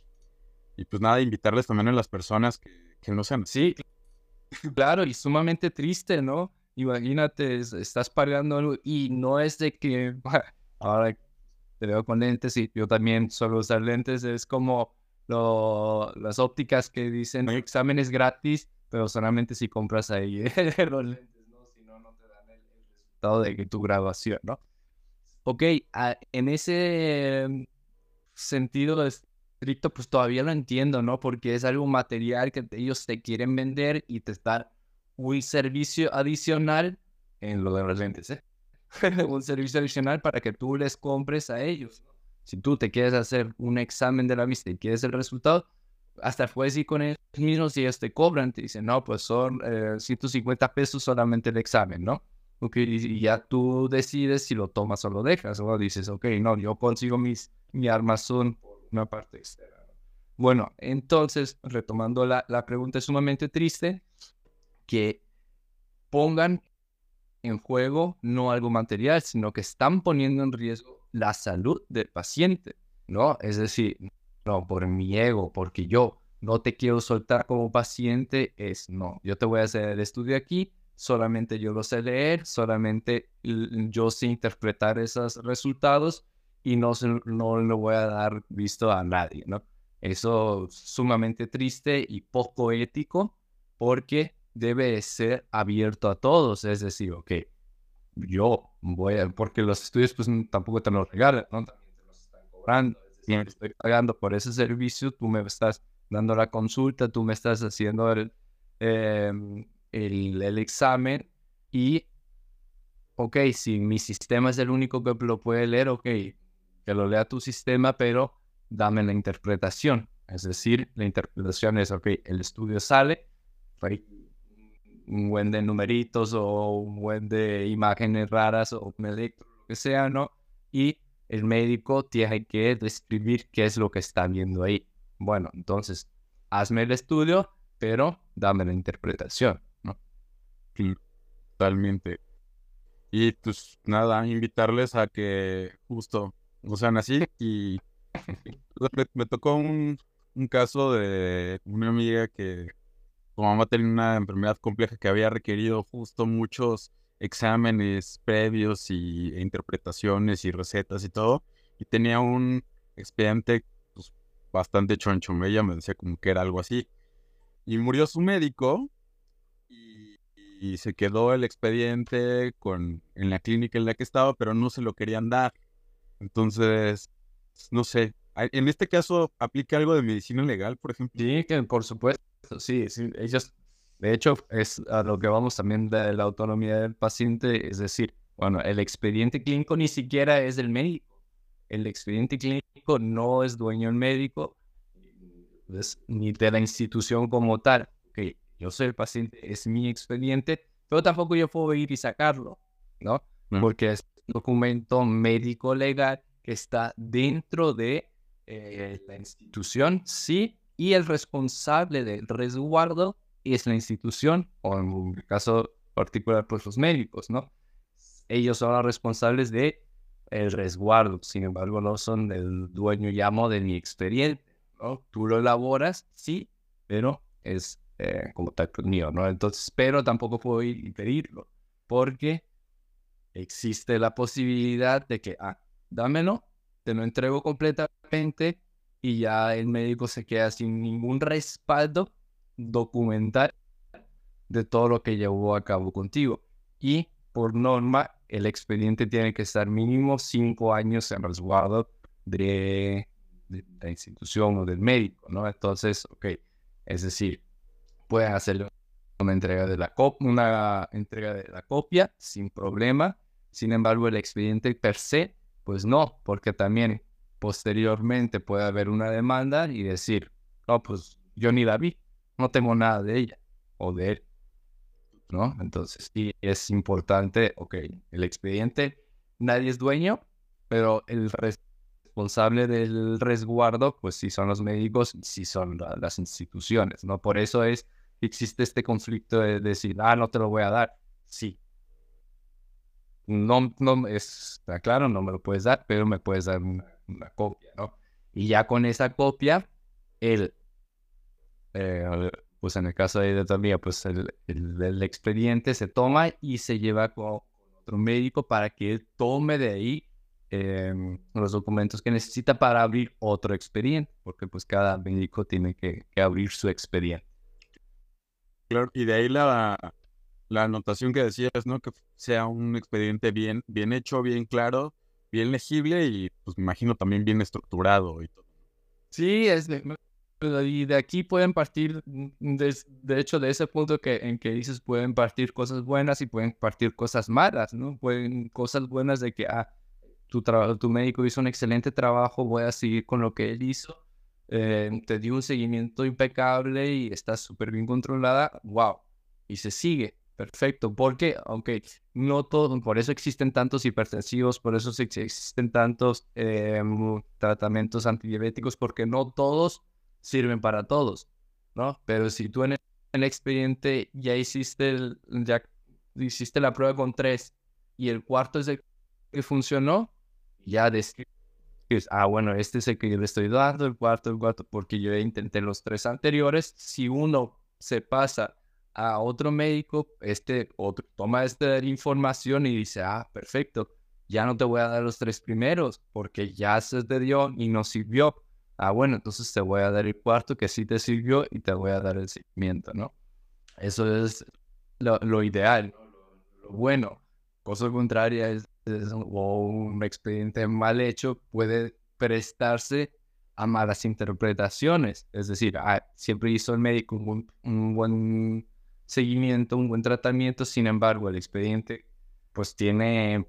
y pues nada, invitarles también a las personas que, que no sean así. sí, claro, y sumamente triste, ¿no? Imagínate, es- estás pagando algo y no es de que ahora te veo con lentes y yo también suelo usar lentes. Es como lo, las ópticas que dicen exámenes gratis, pero solamente si compras ahí los lentes, ¿no? Si no, no te dan el, el resultado de tu graduación, ¿no? Ok, uh, en ese sentido estricto, pues todavía lo entiendo, ¿no? Porque es algo material que ellos te quieren vender y te están un servicio adicional en lo de los lentes, ¿eh? Un servicio adicional para que tú les compres a ellos, ¿no? Si tú te quieres hacer un examen de la vista y quieres el resultado, hasta puedes ir con ellos mismos y ellos te cobran, te dicen, no, pues son eh, ciento cincuenta pesos solamente el examen, ¿no? Okay, y ya tú decides si lo tomas o lo dejas, o dices, ok, no, yo consigo mis, mi armazón por una parte externa. Bueno, entonces, retomando la, la pregunta, es sumamente triste que pongan en juego no algo material, sino que están poniendo en riesgo la salud del paciente, ¿no? Es decir, no, por mi ego, porque yo no te quiero soltar como paciente, es no, yo te voy a hacer el estudio aquí, solamente yo lo sé leer, solamente yo sé interpretar esos resultados y no, se, no lo voy a dar visto a nadie, ¿no? Eso es sumamente triste y poco ético porque debe ser abierto a todos, es decir, ok, yo voy a, porque los estudios pues tampoco te los regalan, ¿no? También te los están cobrando, es decir, estoy pagando por ese servicio, tú me estás dando la consulta, tú me estás haciendo el, eh, el, el examen y, ok, si mi sistema es el único que lo puede leer, ok, que lo lea tu sistema, pero dame la interpretación, es decir, la interpretación es, ok, el estudio sale, hay un buen de numeritos o un buen de imágenes raras o un electro, lo que sea, ¿no? Y el médico tiene que describir qué es lo que está viendo ahí. Bueno, entonces, hazme el estudio, pero dame la interpretación, ¿no? Sí, totalmente. Y pues nada, invitarles a que justo, o sean así. Y me, me tocó un, un caso de una amiga que su mamá tenía una enfermedad compleja que había requerido justo muchos exámenes previos y e interpretaciones y recetas y todo. Y tenía un expediente pues, bastante choncho. Ella me decía como que era algo así. Y murió su médico y, y se quedó el expediente con, en la clínica en la que estaba, pero no se lo querían dar. Entonces, no sé. En este caso, ¿aplica algo de medicina legal, por ejemplo? Sí, que por supuesto, sí, sí, ellos, de hecho, es a lo que vamos también de la autonomía del paciente, es decir, bueno, el expediente clínico ni siquiera es del médico, el expediente clínico no es dueño del médico, es, ni de la institución como tal, que yo soy el paciente, es mi expediente, pero tampoco yo puedo ir y sacarlo, ¿no? Mm. Porque es un documento médico legal que está dentro de Eh, la institución, sí, y el responsable del resguardo es la institución, o en el caso particular, pues los médicos, ¿no? Ellos son los responsables de el resguardo, sin embargo, no son el dueño y amo de mi expediente, ¿no? Tú lo elaboras, sí, pero es eh, como tal mío, ¿no? Entonces, pero tampoco puedo ir y pedirlo, porque existe la posibilidad de que, ah, dámelo, te lo entrego completamente y ya el médico se queda sin ningún respaldo documental de todo lo que llevó a cabo contigo. Y por norma, el expediente tiene que estar mínimo cinco años en resguardo de, de la institución o del médico, ¿no? Entonces, ok, es decir, pueden hacer una entrega de la copia, una entrega de la copia sin problema. Sin embargo, el expediente per se, pues no, porque también posteriormente puede haber una demanda y decir, no, pues yo ni la vi, no tengo nada de ella o de él, ¿no? Entonces, sí es importante, ok, el expediente, nadie es dueño, pero el responsable del resguardo, pues sí son los médicos, sí son la, las instituciones, ¿no? Por eso es, existe este conflicto de decir, ah, no te lo voy a dar, sí. No, no, está claro, no me lo puedes dar, pero me puedes dar una, una copia, ¿no? Y ya con esa copia, el, eh, pues en el caso de ella también, pues el, el, el expediente se toma y se lleva con otro médico para que él tome de ahí eh, los documentos que necesita para abrir otro expediente, porque pues cada médico tiene que, que abrir su expediente. Claro, y de ahí la, la anotación que decías, ¿no? Que sea un expediente bien, bien hecho, bien claro, bien legible y pues me imagino también bien estructurado y todo. Sí, es de, y de aquí pueden partir, de, de hecho, de ese punto que, en que dices, pueden partir cosas buenas y pueden partir cosas malas, ¿no? Pueden cosas buenas de que, ah, tu, tra- tu médico hizo un excelente trabajo, voy a seguir con lo que él hizo, eh, te dio un seguimiento impecable y está súper bien controlada, wow, y se sigue, perfecto, porque, aunque no todo, por eso existen tantos hipertensivos, por eso se- existen tantos eh, tratamientos antidiabéticos, porque no todos sirven para todos, ¿no? Pero si tú en el, en el expediente ya hiciste, el, ya hiciste la prueba con tres y el cuarto es el que funcionó, ya describes, ah, bueno, este es el que yo le estoy dando, el cuarto, el cuarto, porque yo intenté los tres anteriores. Si uno se pasa a otro médico, este otro toma esta información y dice, ah, perfecto, ya no te voy a dar los tres primeros porque ya se te dio y no sirvió. Ah, bueno, entonces te voy a dar el cuarto que sí te sirvió y te voy a dar el seguimiento, ¿no? Eso es lo, lo ideal, ¿no? Lo, lo bueno. Cosa contraria es, es un, o un expediente mal hecho puede prestarse a malas interpretaciones. Es decir, ah, siempre hizo el médico un, buen- un buen seguimiento, un buen tratamiento, sin embargo, el expediente pues tiene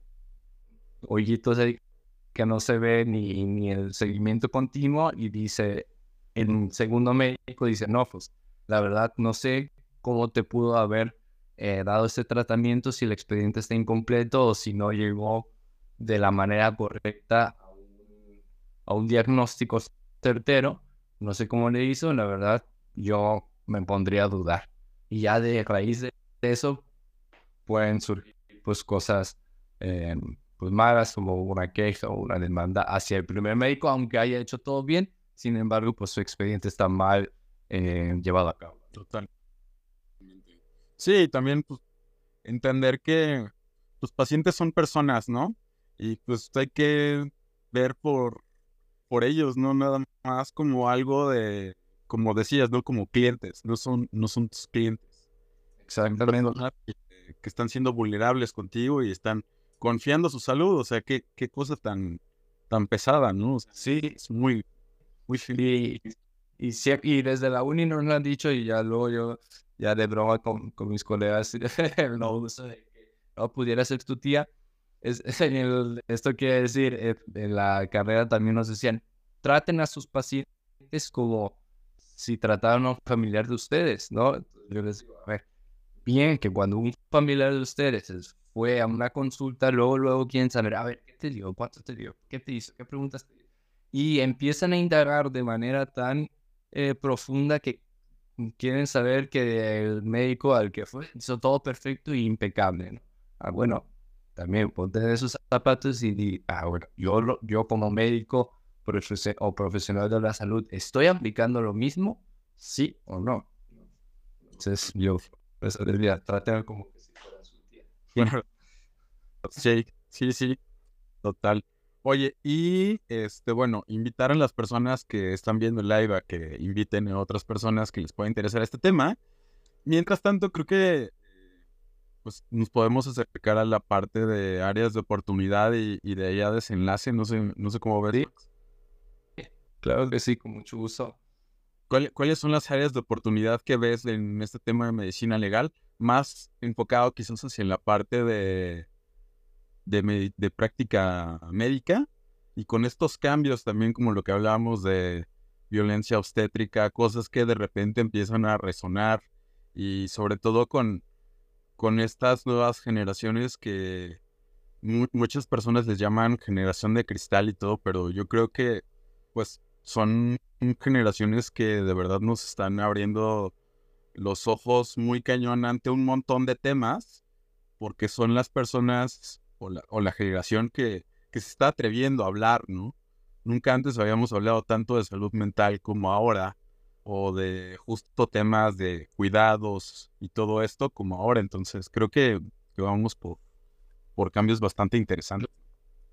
hoyitos ahí que no se ve ni, ni el seguimiento continuo y dice, el segundo médico dice, no, pues la verdad no sé cómo te pudo haber eh, dado este tratamiento si el expediente está incompleto o si no llegó de la manera correcta a un, a un diagnóstico certero. No sé cómo le hizo, la verdad yo me pondría a dudar. Y ya de raíz de eso pueden surgir pues cosas eh, pues malas como una queja o una demanda hacia el primer médico, aunque haya hecho todo bien, sin embargo pues su expediente está mal eh, llevado a cabo. Total. Sí, también pues, entender que tus pacientes son personas, ¿no? Y pues hay que ver por, por ellos, no nada más como algo de, como decías, ¿no? Como clientes, no son, no son tus clientes. Exactamente. Personas que, que están siendo vulnerables contigo y están confiando su salud, o sea, qué, qué cosa tan, tan pesada, ¿no? O sea, Sí, es muy, muy feo. y, y, sie- y desde la uni nos lo han dicho y ya luego yo, ya de broma con, con mis colegas, lo uso de que no pudiera ser tu tía. Es, en el- esto quiere decir, eh, en la carrera también nos decían, traten a sus pacientes como si trataran a un familiar de ustedes, ¿no? Yo les digo, a ver, bien, que cuando un familiar de ustedes es- fue a una consulta, luego, luego quieren saber, a ver, ¿qué te dio? ¿Cuánto te dio? ¿Qué te hizo? ¿Qué preguntas te dio? Y empiezan a indagar de manera tan eh, profunda que quieren saber que el médico al que fue hizo todo perfecto y impecable, ¿no? Ah, bueno, también ponte en esos zapatos y di, ah, bueno, yo, lo- yo como médico profese- o profesional de la salud, ¿estoy aplicando lo mismo? ¿Sí o no? Entonces, yo, pues, debería tratar como que si fuera su tía. Claro. Sí, sí, sí, total. Oye, y este, bueno, invitar a las personas que están viendo el live a que inviten a otras personas que les pueda interesar este tema. Mientras tanto, creo que pues, nos podemos acercar a la parte de áreas de oportunidad y, y de allá desenlace. No sé, no sé cómo ves. Sí, Max. claro que sí, con mucho gusto. ¿Cuál- ¿Cuáles son las áreas de oportunidad que ves en este tema de medicina legal? Más enfocado quizás hacia la parte de de, me- de práctica médica y con estos cambios también como lo que hablábamos de violencia obstétrica, cosas que de repente empiezan a resonar y sobre todo con, con estas nuevas generaciones que mu- muchas personas les llaman generación de cristal y todo, pero yo creo que pues son generaciones que de verdad nos están abriendo los ojos muy cañón ante un montón de temas porque son las personas o la, o la generación que, que se está atreviendo a hablar, ¿no? Nunca antes habíamos hablado tanto de salud mental como ahora, o de justo temas de cuidados y todo esto como ahora. Entonces creo que, que vamos por, por cambios bastante interesantes.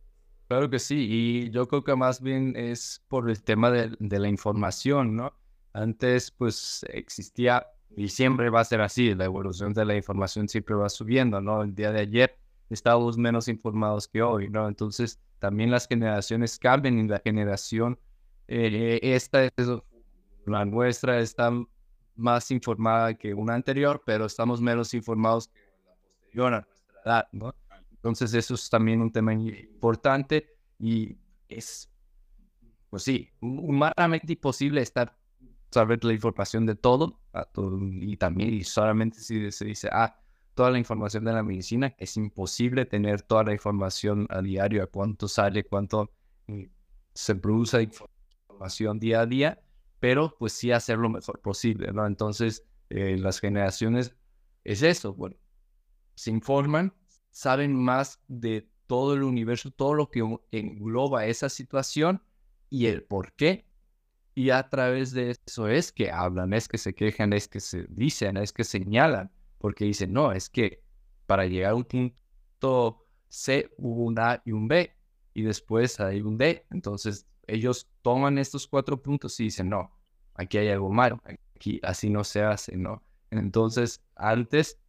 Claro que sí, y yo creo que más bien es por el tema de, de la información, ¿no? Antes, pues, existía, y siempre va a ser así, la evolución de la información siempre va subiendo, ¿no? El día de ayer estábamos menos informados que hoy, ¿no? Entonces, también las generaciones cambian y la generación, eh, esta es la nuestra, está más informada que una anterior, pero estamos menos informados que la posterior a nuestra edad, ¿no? Entonces eso es también un tema importante y es, pues sí, humanamente imposible estar, saber la información de todo, a todo y también y solamente si se dice, ah, toda la información de la medicina, es imposible tener toda la información a diario, a cuánto sale, cuánto mm, se produce información día a día, pero pues sí hacer lo mejor posible, ¿no? Entonces, eh, las generaciones es eso, bueno, se informan, saben más de todo el universo, todo lo que engloba esa situación y el por qué. Y a través de eso es que hablan, es que se quejan, es que se dicen, es que señalan, porque dicen, no, es que para llegar a un punto C hubo un A y un B, y después hay un D. Entonces ellos toman estos cuatro puntos y dicen, no, aquí hay algo malo, aquí así no se hace, ¿no? Entonces, antes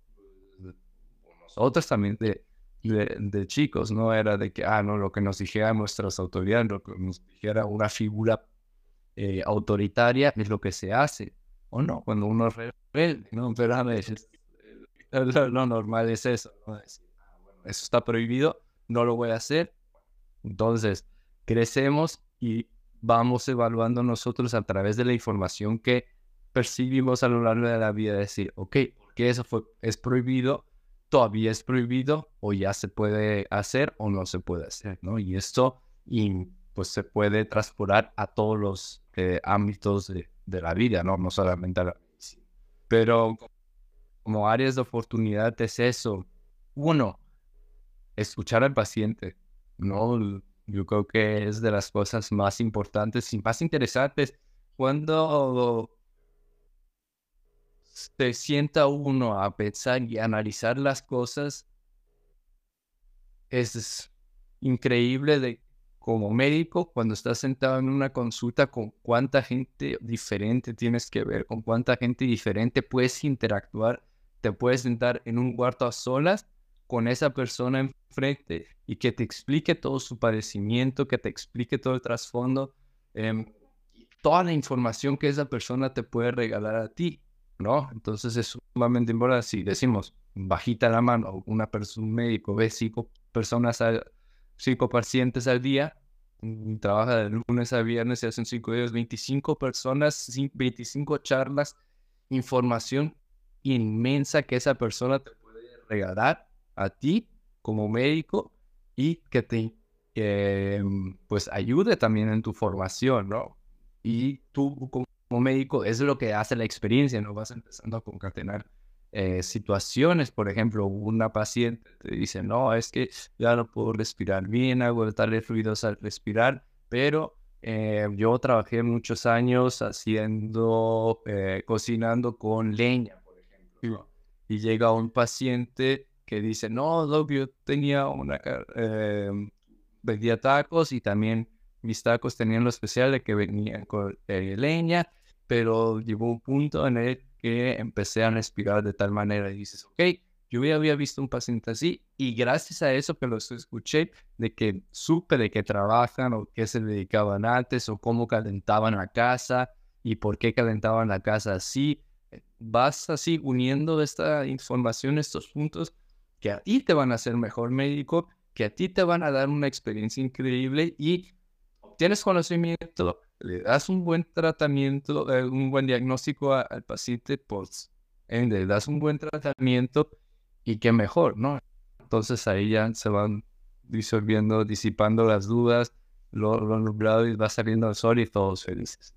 nosotros también de, de, de chicos, ¿no? Era de que, ah, no, lo que nos dijera nuestras autoridades, lo que nos dijera una figura eh, autoritaria es lo que se hace, ¿o no? Cuando uno es rebelde, ¿no? Pero a veces lo, lo normal es eso, ¿no? Decir, ah, bueno, eso está prohibido, no lo voy a hacer. Entonces, crecemos y vamos evaluando nosotros a través de la información que percibimos a lo largo de la vida, decir, ok, ¿por qué eso fue, es prohibido? Todavía es prohibido, o ya se puede hacer o no se puede hacer, ¿no? Y esto y, pues se puede transportar a todos los eh, ámbitos de, de la vida, ¿no? No solamente a la medicina. Pero como áreas de oportunidad es eso. Uno, escuchar al paciente, ¿no? Yo creo que es de las cosas más importantes y más interesantes cuando se sienta uno a pensar y analizar las cosas. Es increíble de como médico cuando estás sentado en una consulta con cuánta gente diferente tienes que ver, con cuánta gente diferente puedes interactuar, te puedes sentar en un cuarto a solas con esa persona enfrente y que te explique todo su padecimiento, que te explique todo el trasfondo, eh, toda la información que esa persona te puede regalar a ti, ¿no? Entonces es sumamente importante. Si decimos bajita la mano, una persona, un médico ve cinco personas, a, cinco pacientes al día, y trabaja de lunes a viernes y hacen cinco días, veinticinco personas, veinticinco charlas, información inmensa que esa persona te puede regalar a ti como médico y que te eh, pues ayude también en tu formación, ¿no? Y tú como médico es lo que hace la experiencia, ¿no? Vas empezando a concatenar eh, situaciones. Por ejemplo, una paciente te dice, no, es que ya no puedo respirar bien, hago tales ruidos al respirar, pero eh, yo trabajé muchos años haciendo, eh, cocinando con leña, por ejemplo, ¿no? Y llega un paciente que dice, no, doc, yo tenía una, eh, vendía tacos y también mis tacos tenían lo especial de que venían con eh, leña, pero llegó un punto en el que empecé a respirar de tal manera y dices, ok, yo ya había visto un paciente así y gracias a eso que los escuché, de que supe de qué trabajan o qué se dedicaban antes o cómo calentaban la casa y por qué calentaban la casa así, vas así uniendo esta información, estos puntos que a ti te van a hacer mejor médico, que a ti te van a dar una experiencia increíble y tienes conocimiento, le das un buen tratamiento, eh, un buen diagnóstico a, al paciente, pues eh, le das un buen tratamiento y qué mejor, ¿no? Entonces ahí ya se van disolviendo, disipando las dudas, lo, lo nublado y va saliendo el sol y todos felices.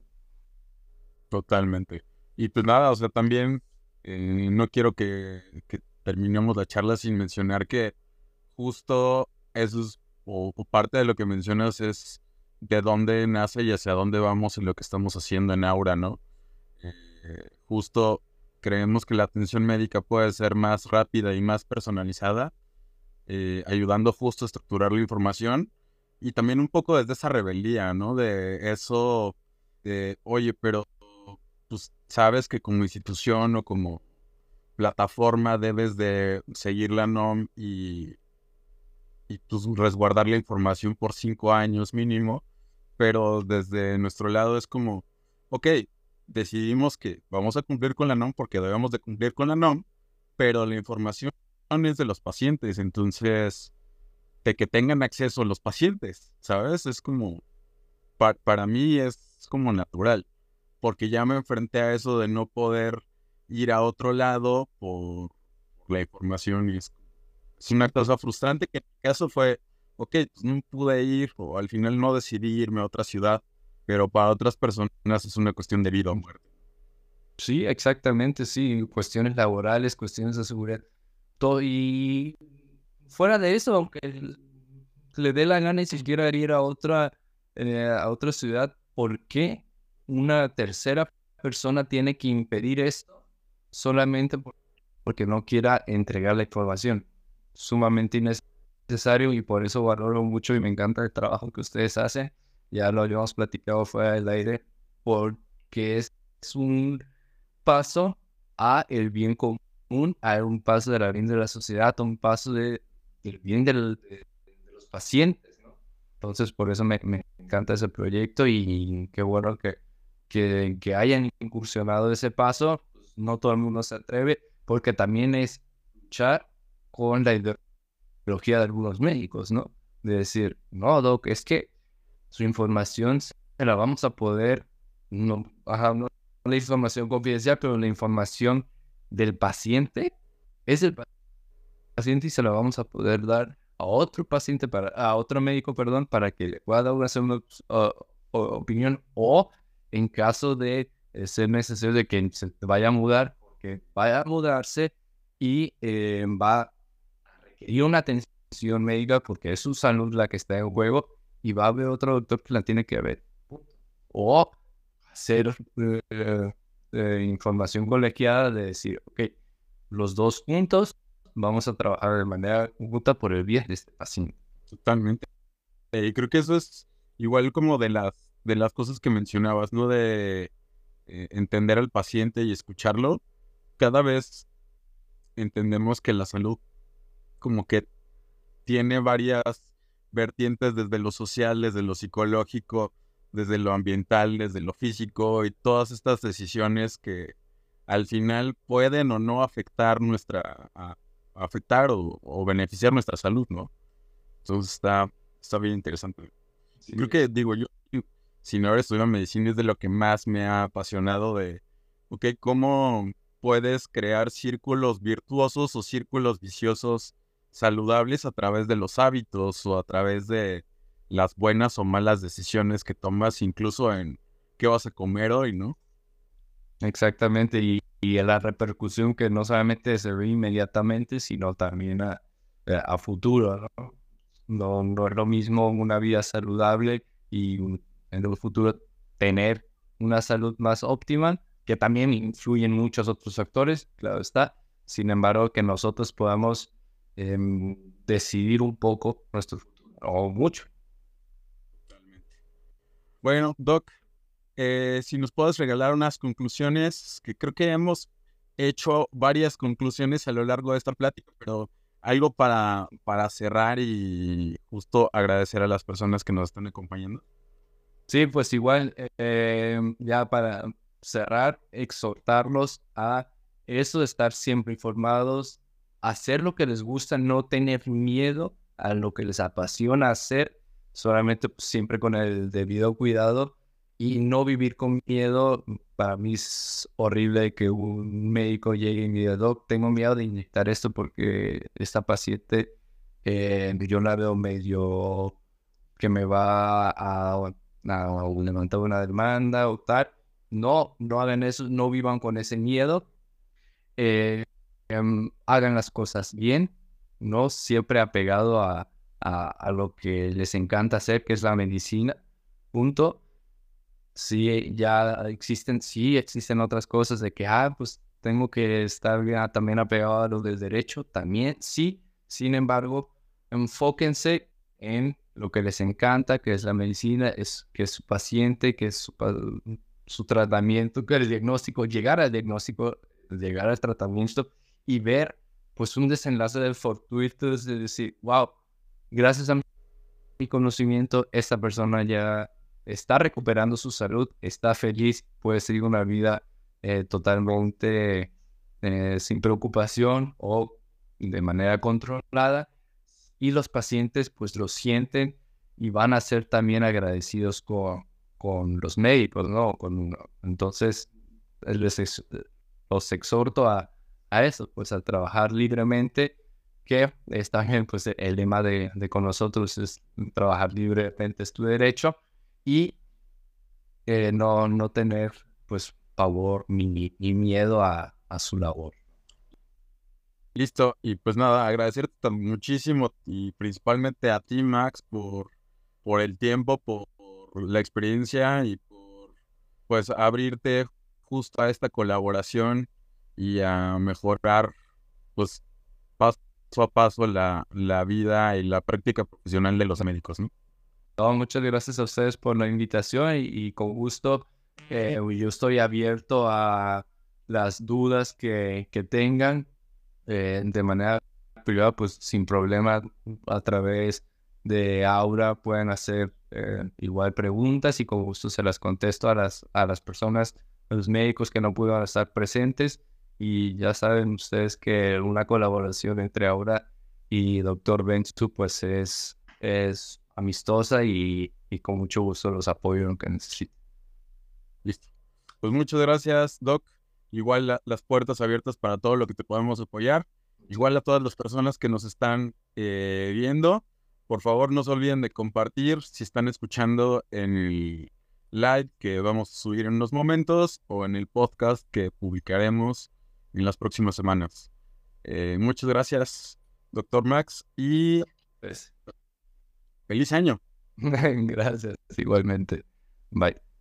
Totalmente. Y pues nada, o sea, también eh, no quiero que, que terminemos la charla sin mencionar que justo eso es, o, o parte de lo que mencionas es de dónde nace y hacia dónde vamos en lo que estamos haciendo en Aura, ¿no? Eh, justo creemos que la atención médica puede ser más rápida y más personalizada, eh, ayudando justo a estructurar la información y también un poco desde esa rebeldía, ¿no? De eso, de, oye, pero pues sabes que como institución o como plataforma debes de seguir la N O M y, y pues resguardar la información por cinco años mínimo, pero desde nuestro lado es como, ok, decidimos que vamos a cumplir con la N O M porque debemos de cumplir con la N O M, pero la información es de los pacientes, entonces, de que tengan acceso los pacientes, ¿sabes? Es como, pa- para mí es como natural, porque ya me enfrenté a eso de no poder ir a otro lado por la información y es, es una cosa frustrante que en mi caso fue, ok, pues no pude ir o al final no decidí irme a otra ciudad, pero para otras personas es una cuestión de vida o muerte. Sí, exactamente, sí, cuestiones laborales, cuestiones de seguridad, todo, y fuera de eso, aunque l- le dé la gana y si quiera ir a otra, eh, a otra ciudad, ¿por qué una tercera persona tiene que impedir esto solamente por- porque no quiera entregar la información? Sumamente innecesario y por eso valoro mucho y me encanta el trabajo que ustedes hacen. Ya lo habíamos platicado fuera del aire, porque es, es un paso a el bien común, a un paso de la bien de la sociedad, a un paso de, del bien del- de, de los pacientes, ¿no? Entonces, por eso me, me encanta ese proyecto y qué bueno que, que, que hayan incursionado ese paso. Pues, no todo el mundo se atreve, porque también es luchar con la ideología de algunos médicos, ¿no? De decir, no, doc, es que su información se la vamos a poder, no, ajá, no la información confidencial, pero la información del paciente es el pa- paciente y se la vamos a poder dar a otro paciente, para, a otro médico, perdón, para que le pueda dar una segunda ops- o- o- opinión o en caso de eh, ser necesario de que se vaya a mudar, porque vaya a mudarse y eh, va a requerir una atención médica porque es su salud la que está en juego y va a haber otro doctor que la tiene que ver. O hacer eh, eh, información colegiada de decir, ok, los dos juntos vamos a trabajar de manera conjunta por el bien de este paciente. Totalmente. Eh, Y creo que eso es igual como de las, de las cosas que mencionabas, ¿no? De eh, entender al paciente y escucharlo. Cada vez entendemos que la salud como que tiene varias vertientes desde lo social, desde lo psicológico, desde lo ambiental, desde lo físico y todas estas decisiones que al final pueden o no afectar nuestra, a- afectar o, o beneficiar nuestra salud, ¿no? Entonces está, está bien interesante. Sí, Creo que, digo, yo, yo, si no hubiera estudiado medicina, es de lo que más me ha apasionado de, ok, cómo puedes crear círculos virtuosos o círculos viciosos saludables a través de los hábitos o a través de las buenas o malas decisiones que tomas, incluso en qué vas a comer hoy, ¿no? exactamente, y, y la repercusión que no solamente se ve inmediatamente, sino también a, a a futuro, ¿no? No, no es lo mismo una vida saludable y un- en el futuro tener una salud más óptima, que también influyen muchos otros factores, claro está. Sin embargo, que nosotros podamos em, decidir un poco nuestro futuro, o mucho. Bueno, Doc, eh, si nos puedes regalar unas conclusiones, que creo que hemos hecho varias conclusiones a lo largo de esta plática, pero algo para, para cerrar y justo agradecer a las personas que nos están acompañando. Sí, pues igual, eh, ya para cerrar, exhortarlos a eso, de estar siempre informados, hacer lo que les gusta, no tener miedo a lo que les apasiona hacer, solamente pues, siempre con el debido cuidado y no vivir con miedo. Para mí es horrible que un médico llegue y me diga, doc, tengo miedo de inyectar esto porque esta paciente eh, yo la veo medio que me va a, a levantar una demanda o tal. No, no hagan eso, no vivan con ese miedo. eh, em, Hagan las cosas bien, no siempre apegado a, a, a lo que les encanta hacer, que es la medicina. Punto. Sí, ya existen, sí, existen otras cosas de que, ah, pues tengo que estar ya también apegado a lo del derecho, también, sí. Sin embargo, enfóquense en lo que les encanta, que es la medicina, es que es su paciente, que es su, pa- su tratamiento, que el diagnóstico, llegar al diagnóstico, llegar al tratamiento y ver pues un desenlace de fortuitos de decir, wow, gracias a mi conocimiento, esta persona ya está recuperando su salud, está feliz, puede seguir una vida eh, totalmente eh, sin preocupación o de manera controlada, y los pacientes pues lo sienten y van a ser también agradecidos con, con los médicos, ¿no? Con, entonces, les ex- los exhorto a, a eso, pues a trabajar libremente, que es también pues el lema de, de con nosotros es trabajar libremente es tu derecho, y eh, no, no tener pues pavor ni, ni miedo a, a su labor. Listo, y pues nada, agradecerte tan- muchísimo y principalmente a ti, Max, por, por el tiempo, por, por la experiencia y por pues abrirte justo a esta colaboración y a mejorar pues paso a paso la, la vida y la práctica profesional de los médicos, ¿no? No, muchas gracias a ustedes por la invitación y, y con gusto eh, yo estoy abierto a las dudas que, que tengan eh, de manera privada, pues sin problema a través de Aura pueden hacer eh, igual preguntas y con gusto se las contesto a las, a las personas, a los médicos que no pudieron estar presentes, y ya saben ustedes que una colaboración entre Aura y doctor Benzu pues es, es amistosa y, y con mucho gusto los apoyo en lo que necesiten. Listo. Pues muchas gracias, Doc. Igual la- las puertas abiertas para todo lo que te podemos apoyar. Igual a todas las personas que nos están eh, viendo, por favor no se olviden de compartir si están escuchando en el live que vamos a subir en unos momentos o en el podcast que publicaremos en las próximas semanas. Eh, muchas gracias, doctor Max, y Pues, feliz año. gracias, igualmente. Bye.